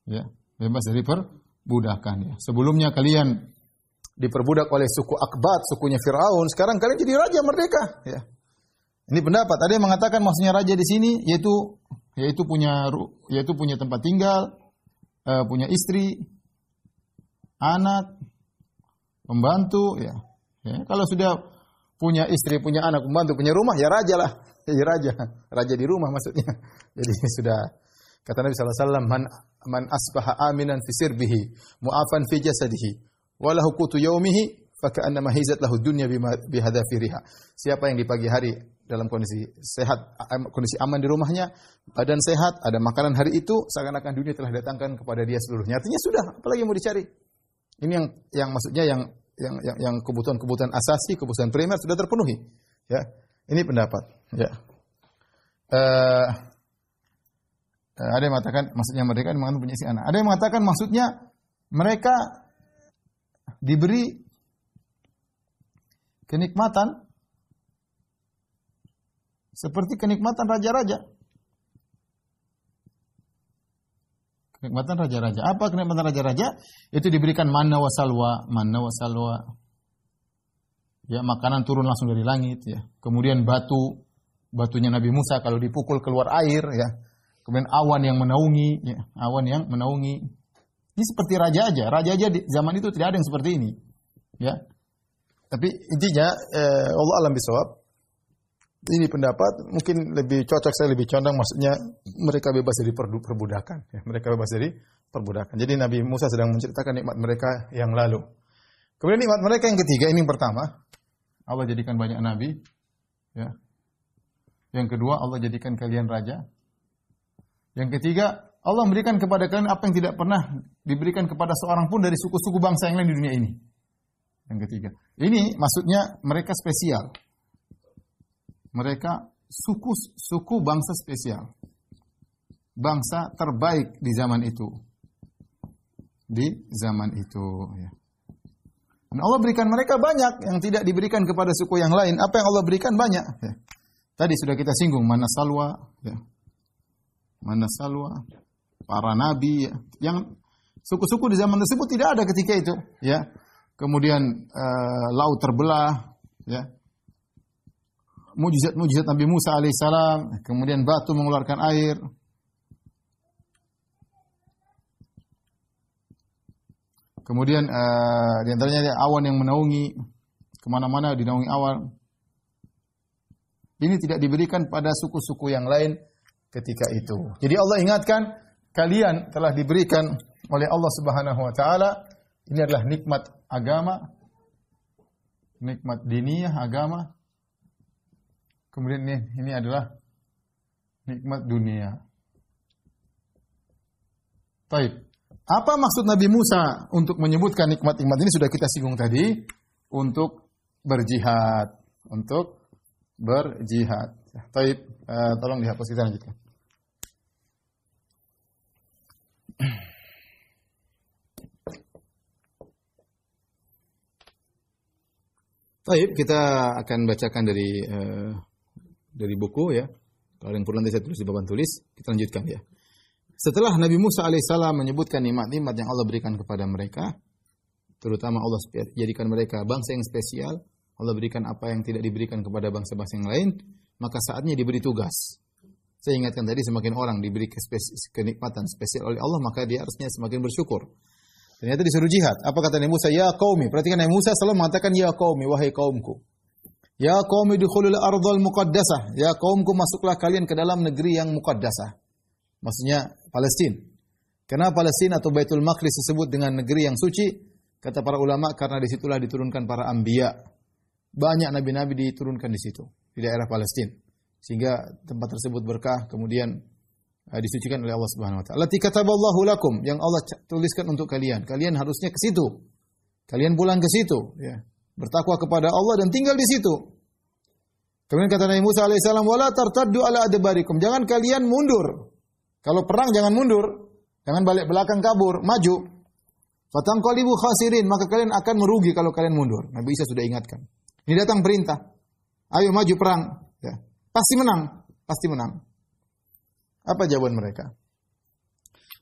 S1: Ya, bebas dari perbudakan ya. Sebelumnya kalian diperbudak oleh suku Akbat, sukunya Firaun, sekarang kalian jadi raja merdeka, ya. Ini pendapat. Ada yang mengatakan maksudnya raja di sini yaitu punya tempat tinggal, punya istri, anak, pembantu, ya. Ya, kalau sudah punya istri, punya anak, pembantu, punya rumah, ya raja lah. Jadi raja di rumah maksudnya. Jadi sudah kata Nabi sallallahu alaihi wasallam, man asbaha aminan fi sirbihi, mu'afan fi jasadihi, wa lahu qutu yaumihi, fa ka'annama hizat lahu dunya bihadafiriha. Siapa yang di pagi hari dalam kondisi sehat, kondisi aman di rumahnya, badan sehat, ada makanan hari itu, seakan-akan dunia telah datangkan kepada dia seluruhnya. Artinya sudah, apalagi yang mau dicari? Ini yang maksudnya yang kebutuhan asasi, kebutuhan primer sudah terpenuhi. Ya, ini pendapat. Ya. Ada yang mengatakan maksudnya mereka punya si anak. Ada yang mengatakan maksudnya mereka diberi kenikmatan seperti kenikmatan raja-raja. Kenikmatan raja-raja. Apa kenikmatan raja-raja? Itu diberikan manna wa salwa. Ya, makanan turun langsung dari langit, ya. Kemudian batunya Nabi Musa kalau dipukul keluar air, ya. Kemudian awan yang menaungi. Ini seperti raja aja di zaman itu tidak ada yang seperti ini, ya. Tapi intinya Allah alam bisawab. Ini pendapat mungkin lebih cocok, saya lebih condong maksudnya mereka bebas dari perbudakan, ya. Mereka bebas dari perbudakan. Jadi Nabi Musa sedang menceritakan nikmat mereka yang lalu. Kemudian nikmat mereka yang ketiga, ini yang pertama, Allah jadikan banyak nabi, ya. Yang kedua, Allah jadikan kalian raja. Yang ketiga, Allah memberikan kepada kalian apa yang tidak pernah diberikan kepada seorang pun dari suku-suku bangsa yang lain di dunia ini. Yang ketiga. Ini maksudnya mereka spesial. Mereka suku bangsa spesial. Bangsa terbaik di zaman itu. Ya. Dan Allah berikan mereka banyak yang tidak diberikan kepada suku yang lain. Apa yang Allah berikan banyak. Ya. Tadi sudah kita singgung mana salwa, ya. Mana salwa, para nabi, ya. Yang suku-suku di zaman tersebut tidak ada ketika itu, ya. Kemudian laut terbelah, ya. Mujizat Nabi Musa alaihissalam, kemudian batu mengeluarkan air. Kemudian di antaranya awan yang menaungi, kemana-mana dinaungi awan. Ini tidak diberikan pada suku-suku yang lain ketika itu. Jadi Allah ingatkan, kalian telah diberikan oleh Allah Subhanahu wa taala, ini adalah nikmat agama, nikmat diniyah agama. Kemudian ini adalah nikmat dunia. Taib. Apa maksud Nabi Musa untuk menyebutkan nikmat-nikmat ini sudah kita singgung tadi, untuk berjihad, Taib. Tolong dihapus, kita lanjutkan. Taib, kita akan bacakan dari buku, ya. Kalau yang perlu nanti saya tulis di papan tulis, kita lanjutkan, ya. Setelah Nabi Musa alaihissalam menyebutkan nikmat-nikmat yang Allah berikan kepada mereka, terutama Allah jadikan mereka bangsa yang spesial, Allah berikan apa yang tidak diberikan kepada bangsa-bangsa yang lain, maka saatnya diberi tugas. Saya ingatkan tadi, semakin orang diberi kenikmatan spesial oleh Allah, maka dia harusnya semakin bersyukur. Ternyata disuruh jihad. Apa kata Nabi Musa? Ya qaumi. Perhatikan, Nabi Musa selalu mengatakan ya qaumi, wahai kaumku. Ya qaumi dukhulul ardhal muqaddasah. Ya kaumku, masuklah kalian ke dalam negeri yang muqaddasah. Maksudnya Palestina. Kenapa Palestina atau Baitul Maqdis disebut dengan negeri yang suci? Kata para ulama, karena disitulah diturunkan para anbiya. Banyak nabi-nabi diturunkan di situ, di daerah Palestina. Sehingga tempat tersebut berkah, kemudian disucikan oleh Allah Subhanahu wa taala. Allati kataballahu lakum, yang Allah tuliskan untuk kalian. Kalian harusnya ke situ. Kalian pulang ke situ, ya. Bertakwa kepada Allah dan tinggal di situ. Kemudian kata Nabi Musa alaihissalam, wala tartaddu ala adbarikum. Jangan kalian mundur. Kalau perang jangan mundur. Jangan balik belakang kabur, maju. Fatanqalibu khasirin, maka kalian akan merugi kalau kalian mundur. Nabi Isa sudah ingatkan. Ini datang perintah. Ayo maju perang, ya. Pasti menang. Apa jawaban mereka?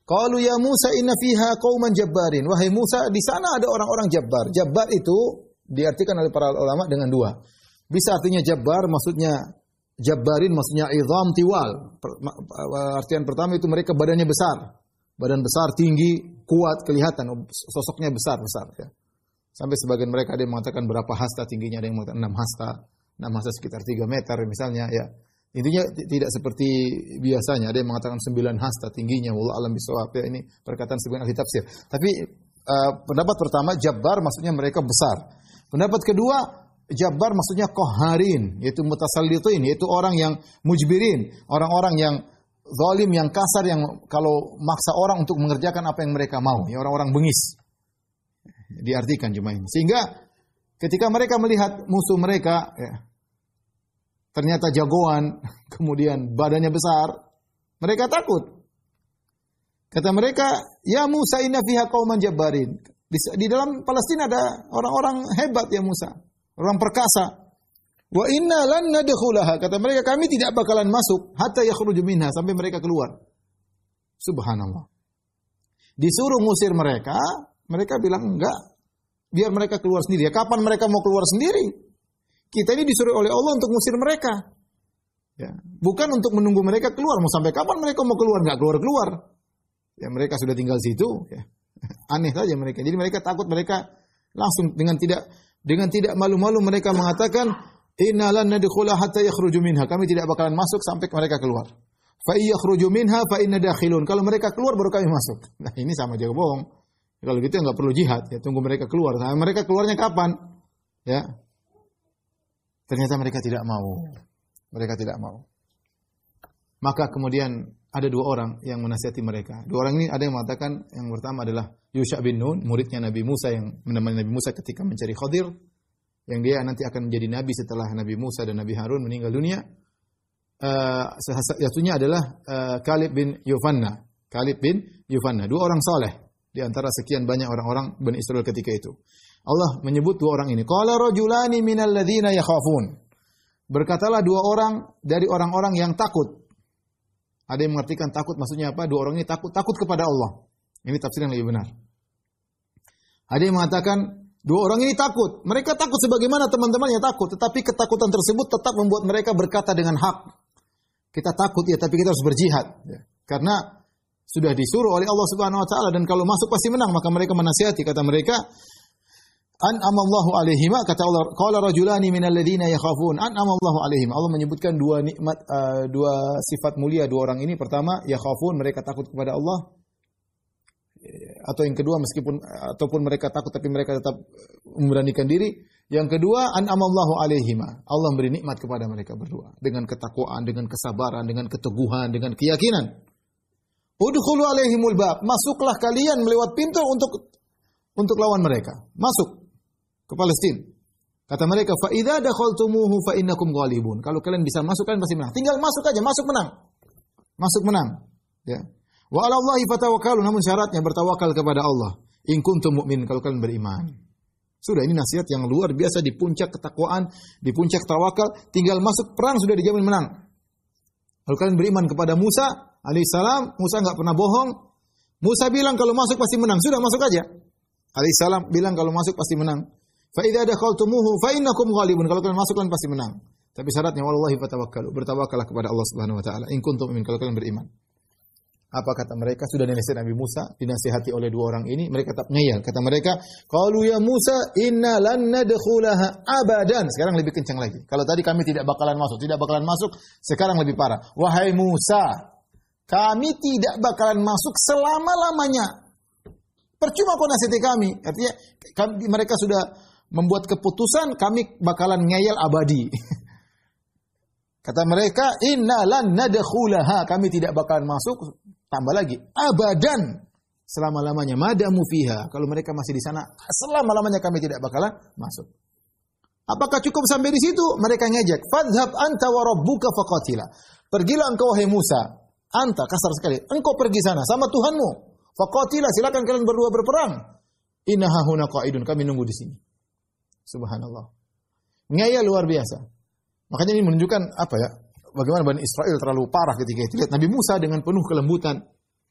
S1: Qalu ya Musa inna fiha qauman jabbarin. Wahai Musa, di sana ada orang-orang jabbar. Jabbar itu diartikan oleh para ulama dengan dua. Bisa artinya jabbar, maksudnya jabbarin, maksudnya izam tiwal. Artian pertama itu mereka badannya besar. Badan besar, tinggi, kuat, kelihatan. Sosoknya besar-besar. Ya. Sampai sebagian mereka ada yang mengatakan berapa hasta tingginya, ada yang mengatakan 6 hasta. 6 hasta sekitar 3 meter misalnya. Ya. Intinya tidak seperti biasanya. Ada yang mengatakan 9 hasta tingginya. Wallahu a'lam bishawab. Ya, ini perkataan sebagian ahli tafsir. Tapi pendapat pertama, jabbar maksudnya mereka besar. Pendapat kedua, jabbar maksudnya qaharin, yaitu mutasallitin, yaitu orang yang mujbirin, orang-orang yang zalim, yang kasar, yang kalau maksa orang untuk mengerjakan apa yang mereka mau. Ya, orang-orang bengis. Diartikan cuma ini. Sehingga ketika mereka melihat musuh mereka, ya, ternyata jagoan, kemudian badannya besar, mereka takut. Kata mereka, ya Musa inna fiha qauman jabbarin. Di dalam Palestina ada orang-orang hebat ya Musa, orang perkasa. Wa inna lan nadkhulaha. Kata mereka, kami tidak bakalan masuk hatta yakhruju minha, sampai mereka keluar. Subhanallah. Disuruh ngusir mereka, mereka bilang enggak. Biar mereka keluar sendiri. Ya, kapan mereka mau keluar sendiri? Kita ini disuruh oleh Allah untuk mengusir mereka. Ya. Bukan untuk menunggu mereka keluar. Mau sampai kapan mereka mau keluar? Nggak keluar-keluar. Ya, mereka sudah tinggal situ. Ya. Aneh saja mereka. Jadi mereka takut, mereka langsung dengan tidak malu-malu mereka mengatakan, inna lan nadkhula hatta yakhruju minha. Kami tidak bakalan masuk sampai mereka keluar. Fa yakhruju minha fa inna dakhilun. Kalau mereka keluar baru kami masuk. Nah, ini sama aja bohong. Kalau gitu nggak perlu jihad. Ya, tunggu mereka keluar. Nah, mereka keluarnya kapan? Ya. Ternyata mereka tidak mau. Mereka tidak mau. Maka kemudian ada 2 orang yang menasihati mereka. 2 orang ini ada yang mengatakan, yang pertama adalah Yusha bin Nun, muridnya Nabi Musa yang menemani Nabi Musa ketika mencari Khadir, yang dia nanti akan menjadi nabi setelah Nabi Musa dan Nabi Harun meninggal dunia. Satunya adalah Kalib bin Yufanna. Kalib bin Yufanna. 2 orang saleh di antara sekian banyak orang-orang Bani Israel ketika itu. Allah menyebut 2 orang ini. Qala rajulani minal ladzina yakhafun. Berkatalah 2 orang dari orang-orang yang takut. Ada yang mengartikan takut maksudnya apa? 2 orang ini takut kepada Allah. Ini tafsir yang lebih benar. Ada yang mengatakan 2 orang ini takut. Mereka takut sebagaimana teman-temannya takut, tetapi ketakutan tersebut tetap membuat mereka berkata dengan hak. Kita takut ya, tapi kita harus berjihad. Ya. Karena sudah disuruh oleh Allah Subhanahu wa taala, dan kalau masuk pasti menang. Maka mereka menasihati, kata mereka, an'amallahu alaihima, kata Allah, qala rajulani minal ladzina yakhafun, an'amallahu alaihim. Allah menyebutkan 2 nikmat, 2 sifat mulia 2 orang ini. Pertama, yakhafun, mereka takut kepada Allah. Atau yang kedua, ataupun mereka takut tapi mereka tetap memberanikan diri. Yang kedua, an'amallahu alaihima. Allah memberi nikmat kepada mereka berdua dengan ketakwaan, dengan kesabaran, dengan keteguhan, dengan keyakinan. Udkhulu alaihimul bab. Masuklah kalian melewat pintu untuk lawan mereka. Masuk ke Palestina. Kata mereka, fa idza dakhaltumuhu fa innakum ghalibun. Kalau kalian bisa masuk, kalian pasti menang. Tinggal masuk aja, masuk menang. Masuk menang. Ya. Wa 'ala Allahi fatawakkalu, namun syaratnya bertawakal kepada Allah. In kuntum mu'min, kalau kalian beriman. Sudah, ini nasihat yang luar biasa di puncak ketakwaan, di puncak tawakal. Tinggal masuk perang sudah dijamin menang. Kalau kalian beriman kepada Musa alaihissalam, Musa enggak pernah bohong. Musa bilang kalau masuk pasti menang. Sudah, masuk aja. Alaihissalam bilang kalau masuk pasti menang. Fa idza dakhaltumuhu fa innakum ghalibun. Kalau kalian masuk kalian pasti menang. Tapi syaratnya wallahi fatawakkalu. Bertawakallah kepada Allah Subhanahu wa taala. In kuntum mu'min, kalau kalian beriman. Apa kata mereka? Sudah dinasihati Nabi Musa, dinasihati oleh 2 orang ini, mereka tetap ngeyel. Kata mereka, qalu ya Musa inna lan nadkhulaha abadan. Sekarang lebih kencang lagi. Kalau tadi kami tidak bakalan masuk, sekarang lebih parah. Wahai Musa, kami tidak bakalan masuk selama-lamanya. Percuma kau nasihati kami. Artinya mereka sudah membuat keputusan, kami bakalan ngeyel abadi. Kata mereka, inna lan nadkhulaha, kami tidak bakalan masuk. Tambah lagi, abadan, selama-lamanya, madamu fiha. Kalau mereka masih di sana, selama-lamanya kami tidak bakalan masuk. Apakah cukup sampai di situ? Mereka ngejek. Fadhhab anta wa rabbuka faqatila. Pergilah engkau wahai Musa. Anta, kasar sekali. Engkau pergi sana sama Tuhanmu. Faqatila, silakan kalian berdua berperang. Innaha huna qa'idun, kami nunggu di sini. Subhanallah. Ngeyel luar biasa. Makanya ini menunjukkan apa ya? Bagaimana Bani Israel terlalu parah ketika itu. Lihat Nabi Musa dengan penuh kelembutan.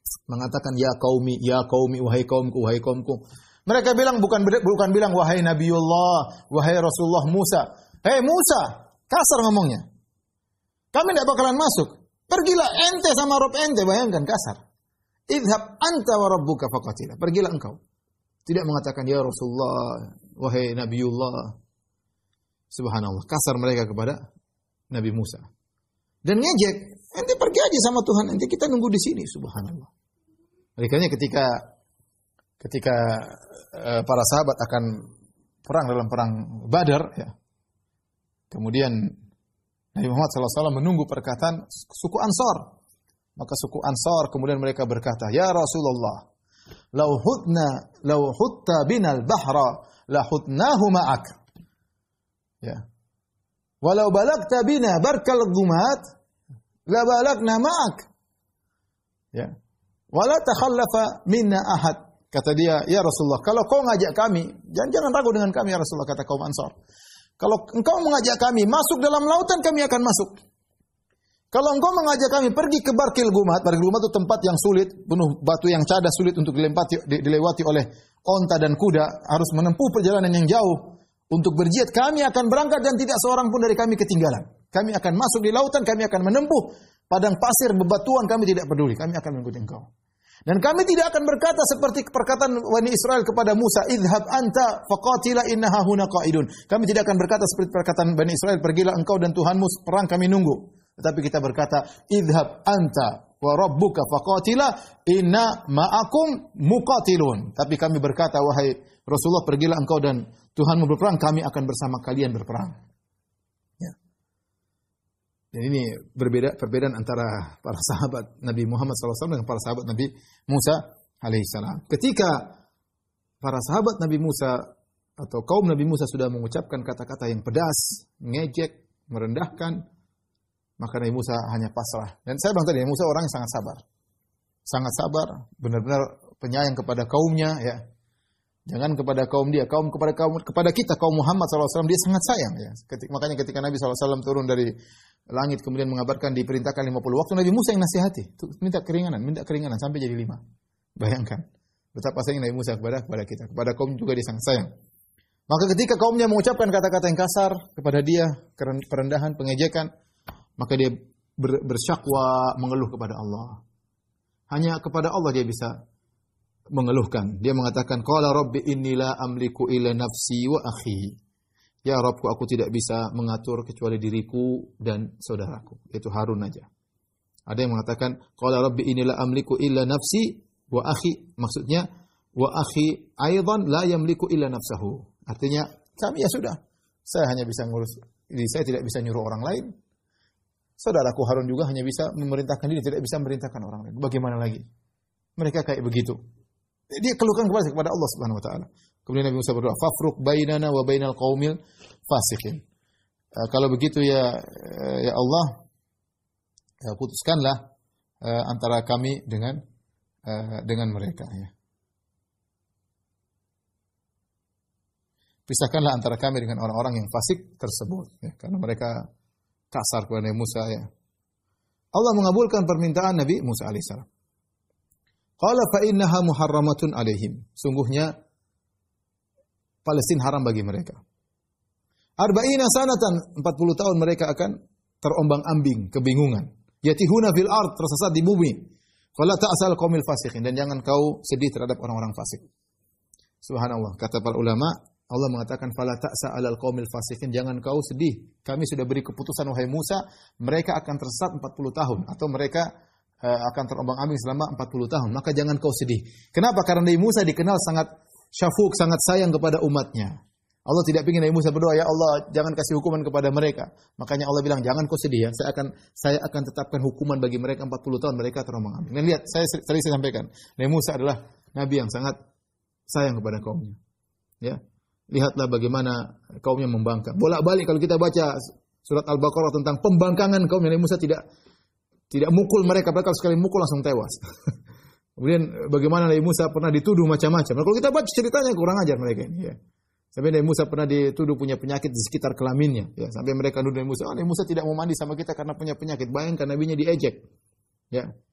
S1: mengatakan ya qaumi, wahai kaumku. Mereka bilang bukan bilang wahai Nabiullah, wahai Rasulullah Musa. Hei Musa, kasar ngomongnya. Kami tidak bakalan masuk. Pergilah ente sama Rabb ente, bayangkan kasar. Idhab anta wa rabbuka faqatila. Pergilah engkau. Tidak mengatakan ya Rasulullah, wahai Nabiullah. Subhanallah, kasar mereka kepada Nabi Musa. Dan ngejek, ente pergi aja sama Tuhan ente, kita nunggu di sini. Subhanallah. Makanya ketika para sahabat akan perang dalam perang Badar, ya. Kemudian Nabi Muhammad SAW menunggu perkataan suku Ansar. Maka suku Ansar kemudian mereka berkata, ya Rasulullah, lau hutta binal bahra, la hutnahu ma'ak. Ya. Walau balagta bina barkal gumat, la balagna ma'ak. Ya. Wala takhallafa minna ahad. Kata dia, ya Rasulullah, kalau kau ngajak kami, jangan ragu dengan kami ya Rasulullah, kata kaum Ansar. Kalau engkau mengajak kami masuk dalam lautan, kami akan masuk. Kalau engkau mengajak kami pergi ke Barkil Gumat itu tempat yang sulit, penuh batu yang cadas, sulit untuk dilewati oleh onta dan kuda, harus menempuh perjalanan yang jauh untuk berjihad. Kami akan berangkat dan tidak seorang pun dari kami ketinggalan. Kami akan masuk di lautan, kami akan menempuh padang pasir, bebatuan, kami tidak peduli. Kami akan mengikuti engkau. Dan kami tidak akan berkata seperti perkataan Bani Israel kepada Musa, idhab anta faqatila innaha huna qaidun. Kami tidak akan berkata seperti perkataan Bani Israel, pergilah engkau dan Tuhanmu perang, kami nunggu. Tetapi kita berkata, idhab anta wa rabbuka faqatila inna ma'akum muqatilun. Tapi kami berkata, wahai Rasulullah, pergilah engkau dan Tuhanmu berperang, kami akan bersama kalian berperang. Dan ini perbedaan antara para sahabat Nabi Muhammad SAW dengan para sahabat Nabi Musa alaihissalam. Ketika para sahabat Nabi Musa atau kaum Nabi Musa sudah mengucapkan kata-kata yang pedas, ngejek, merendahkan, maka Nabi Musa hanya pasrah. Dan saya bilang tadi, Nabi Musa orang yang sangat sabar. Sangat sabar, benar-benar penyayang kepada kaumnya, ya. Jangan kepada kaum dia, kepada kita kaum Muhammad SAW dia sangat sayang, ya. Makanya ketika Nabi SAW turun dari langit kemudian mengabarkan diperintahkan 50 waktu, Nabi Musa yang nasihati, minta keringanan sampai jadi 5. Bayangkan betapa sayang Nabi Musa kepada kita, kepada kaum juga dia sangat sayang. Maka ketika kaumnya mengucapkan kata-kata yang kasar kepada dia, perendahan, pengejekan, maka dia bersyakwa, mengeluh kepada Allah. Hanya kepada Allah dia bisa mengeluhkan. Dia mengatakan, qala rabbi inni la amliku illa nafsi wa akhi. Ya Rabbku, aku tidak bisa mengatur kecuali diriku dan saudaraku, yaitu Harun aja. Ada yang mengatakan, qala rabbi inni la amliku illa nafsi wa akhi. Maksudnya, wa akhi aidan la yamliku illa nafsahu. Artinya, kami ya sudah. Saya hanya bisa ngurus diri saya, tidak bisa nyuruh orang lain. Saudaraku Harun juga hanya bisa memerintahkan diri, tidak bisa memerintahkan orang lain. Bagaimana lagi? Mereka kayak begitu. Dia keluhkan kepada Allah Subhanahu wa taala. Kemudian Nabi Musa berdoa, "Fafruq bainana wa bainal qaumil fasiqin." Kalau begitu ya Allah, putuskanlah antara kami dengan mereka, ya. Pisahkanlah antara kami dengan orang-orang yang fasik tersebut, ya, karena mereka kasar kepada Nabi Musa, ya. Allah mengabulkan permintaan Nabi Musa alaihissalam. Qala fa innaha muharramatun alaihim. Sungguhnya Palestina haram bagi mereka. Arba'ina sanatan, 40 tahun mereka akan terombang-ambing, kebingungan. Yatihuna fil ard, tersesat di bumi. Fala ta'sal qaumil fasiqin, dan jangan kau sedih terhadap orang-orang fasik. Subhanallah, kata para ulama, Allah mengatakan fala ta'sa 'alal qaumil fasiqin, jangan kau sedih. Kami sudah beri keputusan wahai Musa, mereka akan tersesat 40 tahun atau mereka akan terombang-ambing selama 40 tahun. Maka jangan kau sedih. Kenapa? Karena Nabi Musa dikenal sangat syafuk, sangat sayang kepada umatnya. Allah tidak ingin Nabi Musa berdoa, ya Allah, jangan kasih hukuman kepada mereka. Makanya Allah bilang, jangan kau sedih, ya. Saya akan tetapkan hukuman bagi mereka 40 tahun mereka terombang-ambing. Dan lihat, saya sampaikan, Nabi Musa adalah nabi yang sangat sayang kepada kaumnya. Ya. Lihatlah bagaimana kaumnya membangkang. Bolak-balik kalau kita baca surat Al-Baqarah tentang pembangkangan kaumnya, Nabi Musa tidak mukul mereka sekali mukul langsung tewas. Kemudian bagaimana Nabi Musa pernah dituduh macam-macam. Nah, kalau kita baca ceritanya kurang ajar mereka ini, ya. Sampai Nabi Musa pernah dituduh punya penyakit di sekitar kelaminnya, ya. Sampai mereka nuduh Nabi Musa tidak mau mandi sama kita karena punya penyakit. Bayangkan nabinya diejek. Ya.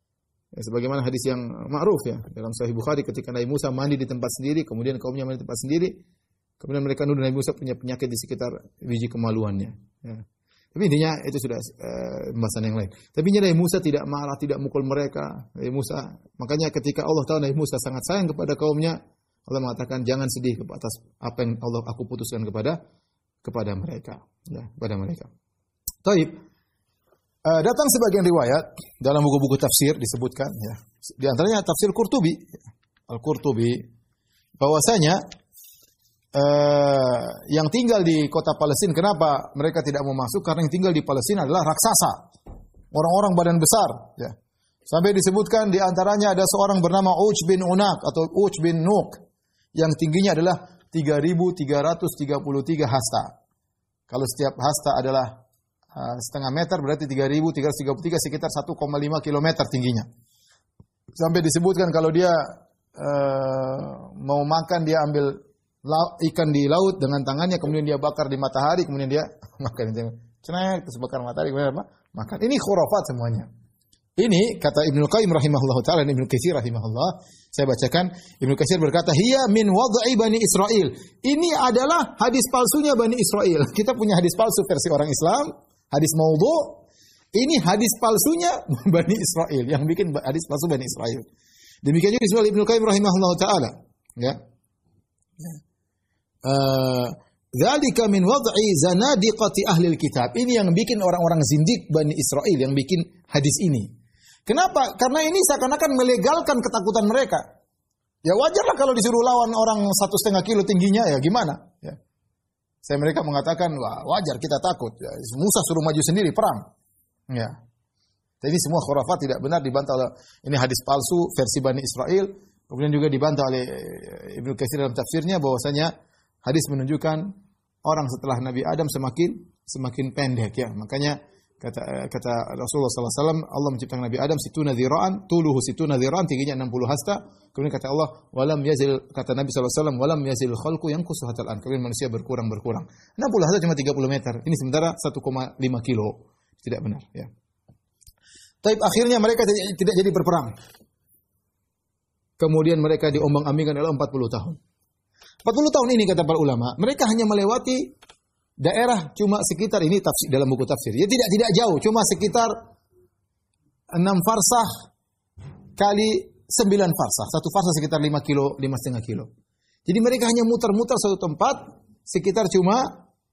S1: Ya, sebagaimana hadis yang ma'ruf ya dalam Sahih Bukhari ketika Nabi Musa mandi di tempat sendiri, kemudian kaumnya mandi di tempat sendiri, kemudian mereka nuduh Nabi Musa punya penyakit di sekitar biji kemaluannya. Ya. Tapi intinya itu sudah pembahasan yang lain. Tapi Nabi Musa tidak marah, tidak mukul mereka. Nabi Musa, makanya ketika Allah tahu Nabi Musa sangat sayang kepada kaumnya, Allah mengatakan jangan sedih atas apa yang aku putuskan kepada mereka, ya, kepada mereka. Taib. Datang sebagian riwayat dalam buku-buku tafsir disebutkan, ya, di antaranya tafsir Qurtubi, Al-Qurtubi, bahwasanya yang tinggal di kota Palestina, kenapa mereka tidak mau masuk? Karena yang tinggal di Palestina adalah raksasa, orang-orang badan besar. Ya. Sampai disebutkan di antaranya ada seorang bernama Uj bin Unak atau Uj bin Nuk, yang tingginya adalah 3.333 hasta. Kalau setiap hasta adalah setengah meter berarti 3.333 sekitar 1,5 kilometer tingginya. Sampai disebutkan kalau dia mau makan dia ambil ikan di laut dengan tangannya kemudian dia bakar di matahari kemudian dia makan cenek terus bakar matahari kemudian apa? Makan. Ini khurafat semuanya. Ini kata Ibnu Qayyim rahimahullah taala dan Ibnu Katsir rahimahullah, saya bacakan Ibnu Katsir berkata, "Hiya min wad'i Bani Israil." Ini adalah hadis palsunya Bani Israil. Kita punya hadis palsu versi orang Islam. Hadis maudhu, ini hadis palsunya Bani Israil, yang bikin hadis palsu Bani Israil. Demikian juga disebut Ibnu Qayyim rahimahullah taala, ya. Dzalika min wad'i zanadiqati ahli kitab. Ini yang bikin orang-orang zindik Bani Israil yang bikin hadis ini. Kenapa? Karena ini seakan-akan melegalkan ketakutan mereka. Ya wajarlah kalau disuruh lawan orang 1,5 kilo tingginya, ya gimana? Ya. Mereka mengatakan, wah wajar kita takut. Ya, Musa suruh maju sendiri perang. Ya. Jadi semua khurafat tidak benar, dibantah oleh ini hadis palsu versi Bani Israil. Kemudian juga dibantah oleh Ibnu Katsir dalam tafsirnya bahwasanya hadis menunjukkan orang setelah Nabi Adam semakin pendek ya. Makanya kata Rasulullah SAW, Allah menciptakan Nabi Adam situna dzira'an, tuluhu situna dzira'an, tingginya 60 hasta. Kemudian kata Allah, walam yazil, kata Nabi SAW, walam yazil khalqu yanqusu hatal an. Kemudian manusia berkurang. 60 hasta cuma 30 meter. Ini sementara 1,5 kilo. Tidak benar. Ya. Tapi akhirnya mereka tidak jadi berperang. Kemudian mereka diombang-ambingkan dalam 40 tahun. 40 tahun ini kata para ulama, mereka hanya melewati daerah cuma sekitar ini tafsir dalam buku tafsir. Ya tidak jauh, cuma sekitar 6 farsah kali 9 farsah. Satu farsah sekitar 5 kilo, 5,5 kilo. Jadi mereka hanya muter-muter satu tempat sekitar cuma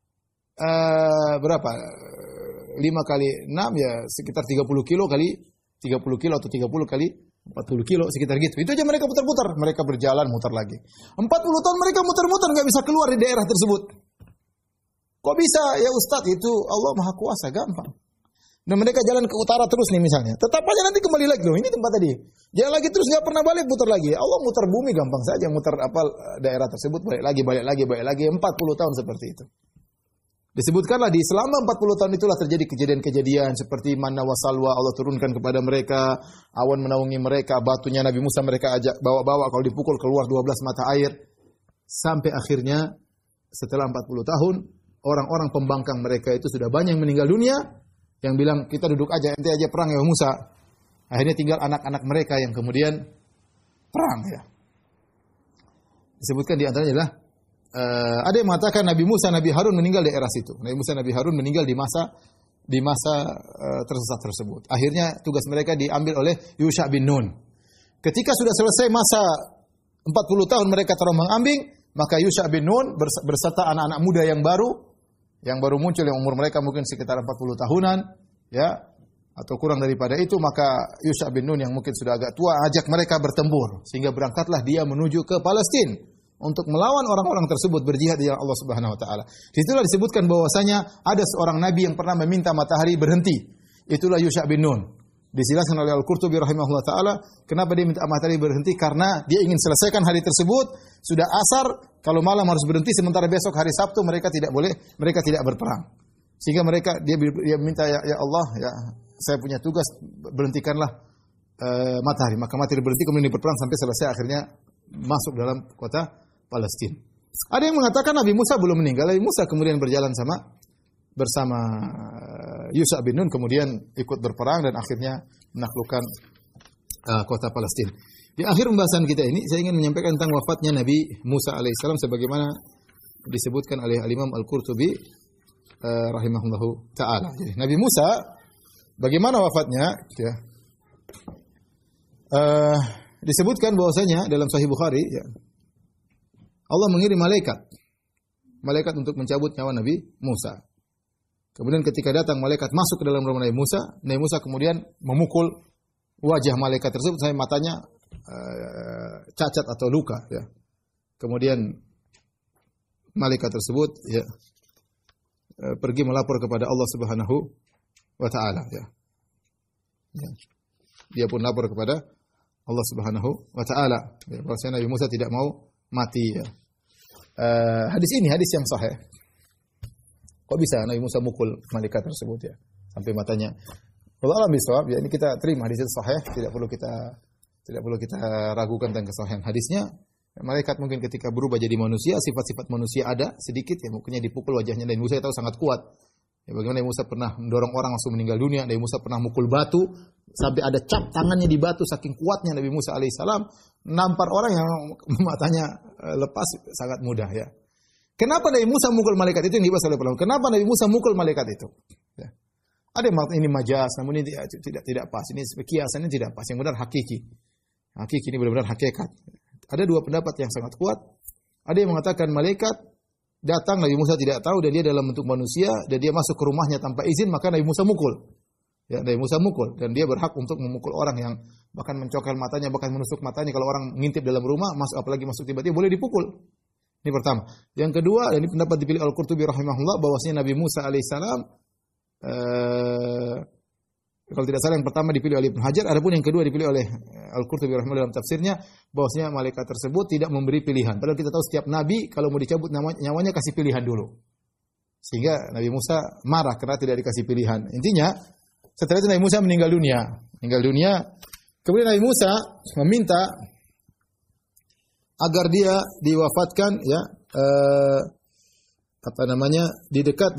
S1: berapa? 5 kali 6 ya sekitar 30 kilo kali 30 kilo atau 30 kali 40 kilo sekitar gitu. Itu aja mereka putar-putar, mereka berjalan muter lagi. 40 tahun mereka muter-muter enggak bisa keluar di daerah tersebut. Kok bisa ya Ustadz? Itu Allah Maha Kuasa, gampang. Dan mereka jalan ke utara terus nih misalnya. Tetap aja nanti kembali lagi loh. Ini tempat tadi. Jalan lagi terus enggak pernah balik, putar lagi. Allah muter bumi gampang saja, muter apa daerah tersebut balik lagi 40 tahun seperti itu. Disebutkanlah di selama 40 tahun itulah terjadi kejadian-kejadian seperti manna wa salwa, Allah turunkan kepada mereka, awan menaungi mereka, batunya Nabi Musa mereka ajak bawa-bawa, kalau dipukul keluar 12 mata air. Sampai akhirnya setelah 40 tahun, orang-orang pembangkang mereka itu sudah banyak yang meninggal dunia, yang bilang kita duduk aja, ente aja perang ya Musa. Akhirnya tinggal anak-anak mereka yang kemudian perang ya. Disebutkan di antaranya adalah ada yang mengatakan Nabi Musa, Nabi Harun meninggal di era situ. Nabi Musa, Nabi Harun meninggal di masa tersesat tersebut. Akhirnya tugas mereka diambil oleh Yusha bin Nun. Ketika sudah selesai masa 40 tahun mereka terombang-ambing, maka Yusha bin Nun berserta anak-anak muda yang baru muncul, yang umur mereka mungkin sekitar 40 tahunan, ya, atau kurang daripada itu, maka Yusha bin Nun yang mungkin sudah agak tua ajak mereka bertempur, sehingga berangkatlah dia menuju ke Palestina untuk melawan orang-orang tersebut berjihad di jalan Allah Subhanahu wa taala. Disitulah disebutkan bahwasanya ada seorang nabi yang pernah meminta matahari berhenti. Itulah Yusha bin Nun. Dijelaskan oleh Al-Qurtubi rahimahullah taala, kenapa dia minta matahari berhenti? Karena dia ingin selesaikan hari tersebut, sudah asar, kalau malam harus berhenti, sementara besok hari Sabtu mereka tidak berperang. Sehingga dia minta ya Allah, ya saya punya tugas, berhentikanlah matahari. Maka matahari berhenti, kemudian dia berperang sampai selesai, akhirnya masuk dalam kota Palestina. Ada yang mengatakan Nabi Musa belum meninggal. Nabi Musa kemudian berjalan bersama Yusha bin Nun, kemudian ikut berperang dan akhirnya menaklukkan kota Palestina. Di akhir pembahasan kita ini saya ingin menyampaikan tentang wafatnya Nabi Musa alaihissalam sebagaimana disebutkan oleh Al-Imam Al-Qurtubi rahimahullahu taala. Jadi, Nabi Musa bagaimana wafatnya? Ya. Disebutkan bahwasanya dalam Sahih Bukhari, ya, Allah mengirim malaikat untuk mencabut nyawa Nabi Musa. Kemudian ketika datang malaikat masuk ke dalam rumah Nabi Musa kemudian memukul wajah malaikat tersebut sampai matanya cacat atau luka. Ya. Kemudian malaikat tersebut ya, pergi melapor kepada Allah Subhanahu wa Ta'ala. Ya. Ya. Dia pun lapor kepada Allah Subhanahu wa Ta'ala. Ya, bahwasanya Nabi Musa tidak mau mati. Ya. Hadis ini hadis yang sahih. Kok bisa Nabi Musa mukul malaikat tersebut ya sampai matanya? Kalau alam bisawab, ya ini kita terima hadis itu sahih, tidak perlu kita ragukan tentang kesahihan hadisnya. Malaikat mungkin ketika berubah jadi manusia, sifat-sifat manusia ada sedikit ya, mungkinnya dipukul wajahnya. Nabi Musa tahu sangat kuat. Ya, bagaimana Nabi Musa pernah mendorong orang langsung meninggal dunia, Nabi Musa pernah mukul batu sampai ada cap tangannya di batu saking kuatnya Nabi Musa alaihissalam, nampar orang yang matanya lepas sangat mudah ya. Kenapa Nabi Musa mukul malaikat itu yang dibahas oleh ulama? Kenapa Nabi Musa mukul malaikat itu? Ya. Ada yang ini majas, namun ini tidak pas. Ini kiasannya tidak pas. Yang benar hakiki. Hakiki ini benar-benar hakikat. Ada dua pendapat yang sangat kuat. Ada yang mengatakan malaikat datang, Nabi Musa tidak tahu dan dia dalam bentuk manusia dan dia masuk ke rumahnya tanpa izin, maka Nabi Musa mukul. Ya, Nabi Musa mukul dan dia berhak untuk memukul orang yang bahkan mencokel matanya, bahkan menusuk matanya kalau orang ngintip dalam rumah, apalagi masuk tiba-tiba boleh dipukul. Ini pertama. Yang kedua, dan ini pendapat dipilih Al-Qurtubi rahimahullah bahwasanya Nabi Musa alaihissalam kalau tidak salah yang pertama dipilih oleh Ibnu Hajar, adapun yang kedua dipilih oleh Al-Qurtubi rahimahullah dalam tafsirnya bahwasanya malaikat tersebut tidak memberi pilihan. Padahal kita tahu setiap nabi kalau mau dicabut nyawanya kasih pilihan dulu. Sehingga Nabi Musa marah karena tidak dikasih pilihan. Intinya setelah itu Nabi Musa meninggal dunia. Kemudian Nabi Musa meminta agar dia diwafatkan ya di dekat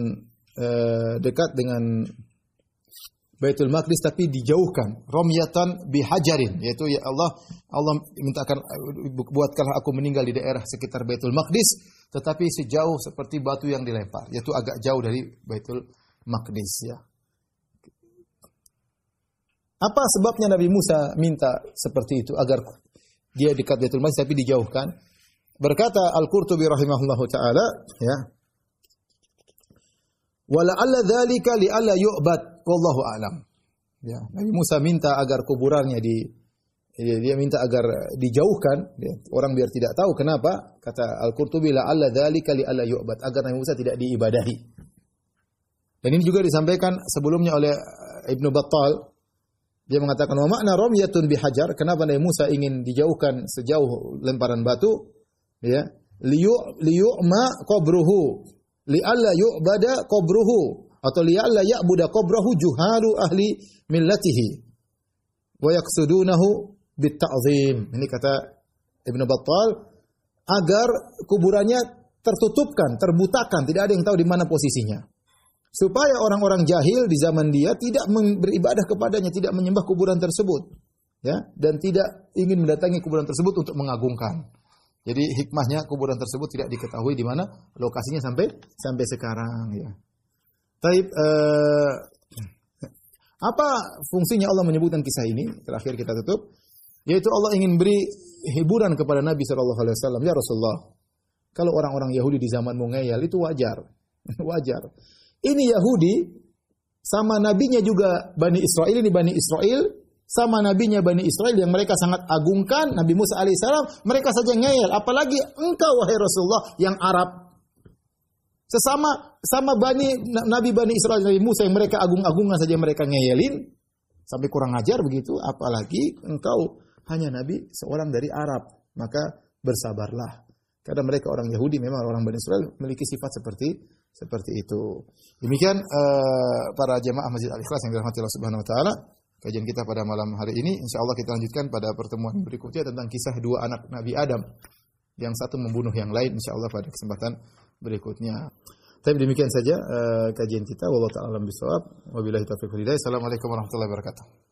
S1: dengan Baitul Maqdis tapi dijauhkan, ramyatan bihajarin, yaitu ya Allah mintakan buatkanlah aku meninggal di daerah sekitar Baitul Maqdis tetapi sejauh seperti batu yang dilempar, yaitu agak jauh dari Baitul Maqdis ya. Apa sebabnya Nabi Musa minta seperti itu agar dia dekat Baitul Maqdis tapi dijauhkan? Berkata Al-Qurtubi rahimahullahu taala ya. Wala alla dzalika li alla yu'bad wallahu a'lam. Ya, Nabi Musa minta agar kuburannya dia minta agar dijauhkan ya, orang biar tidak tahu kenapa kata Al-Qurtubi la alla dzalika li alla yu'bad agar Nabi Musa tidak diibadahi. Dan ini juga disampaikan sebelumnya oleh Ibnu Battal. Dia mengatakan wa makna ramyatun bihajar, kenapa Nabi Musa ingin dijauhkan sejauh lemparan batu ya liyu'ma qabruhu li'alla yu'bada qabruhu atau li'alla ya'buda qabrahu juhalu ahli millatihi wa yaqsudunahu bitta'zim. Ini kata Ibnu Battal agar kuburannya tertutupkan, terbutakan, tidak ada yang tahu di mana posisinya. Supaya orang-orang jahil di zaman dia tidak beribadah kepadanya, tidak menyembah kuburan tersebut. Ya, dan tidak ingin mendatangi kuburan tersebut untuk mengagungkan. Jadi hikmahnya kuburan tersebut tidak diketahui di mana lokasinya sampai sekarang ya. Taib apa fungsinya Allah menyebutkan kisah ini? Terakhir kita tutup, yaitu Allah ingin beri hiburan kepada Nabi sallallahu alaihi wasallam. Ya Rasulullah, kalau orang-orang Yahudi di zamanmu ngeyel itu wajar. Wajar. Ini Yahudi sama nabinya juga Bani Israel, ini Bani Israel sama nabinya Bani Israel yang mereka sangat agungkan, Nabi Musa alaihissalam, mereka saja ngeyel, apalagi engkau wahai Rasulullah yang Arab. Sama Nabi Bani Israel, Nabi Musa yang mereka agung-agungkan saja mereka ngeyelin, sampai kurang ajar begitu, apalagi engkau hanya Nabi seorang dari Arab. Maka bersabarlah. Karena mereka orang Yahudi, memang orang Bani Israel memiliki sifat seperti itu. Demikian para jemaah Masjid Al-Ikhlas yang dirahmati Allah Subhanahu wa taala. Kajian kita pada malam hari ini, insyaallah kita lanjutkan pada pertemuan berikutnya tentang kisah dua anak Nabi Adam. Yang satu membunuh yang lain, insyaallah pada kesempatan berikutnya. Tapi demikian saja kajian kita. Wallahu ta'ala alam bisawab. Wabillahi taufiq wal hidayah. Assalamualaikum warahmatullahi wabarakatuh.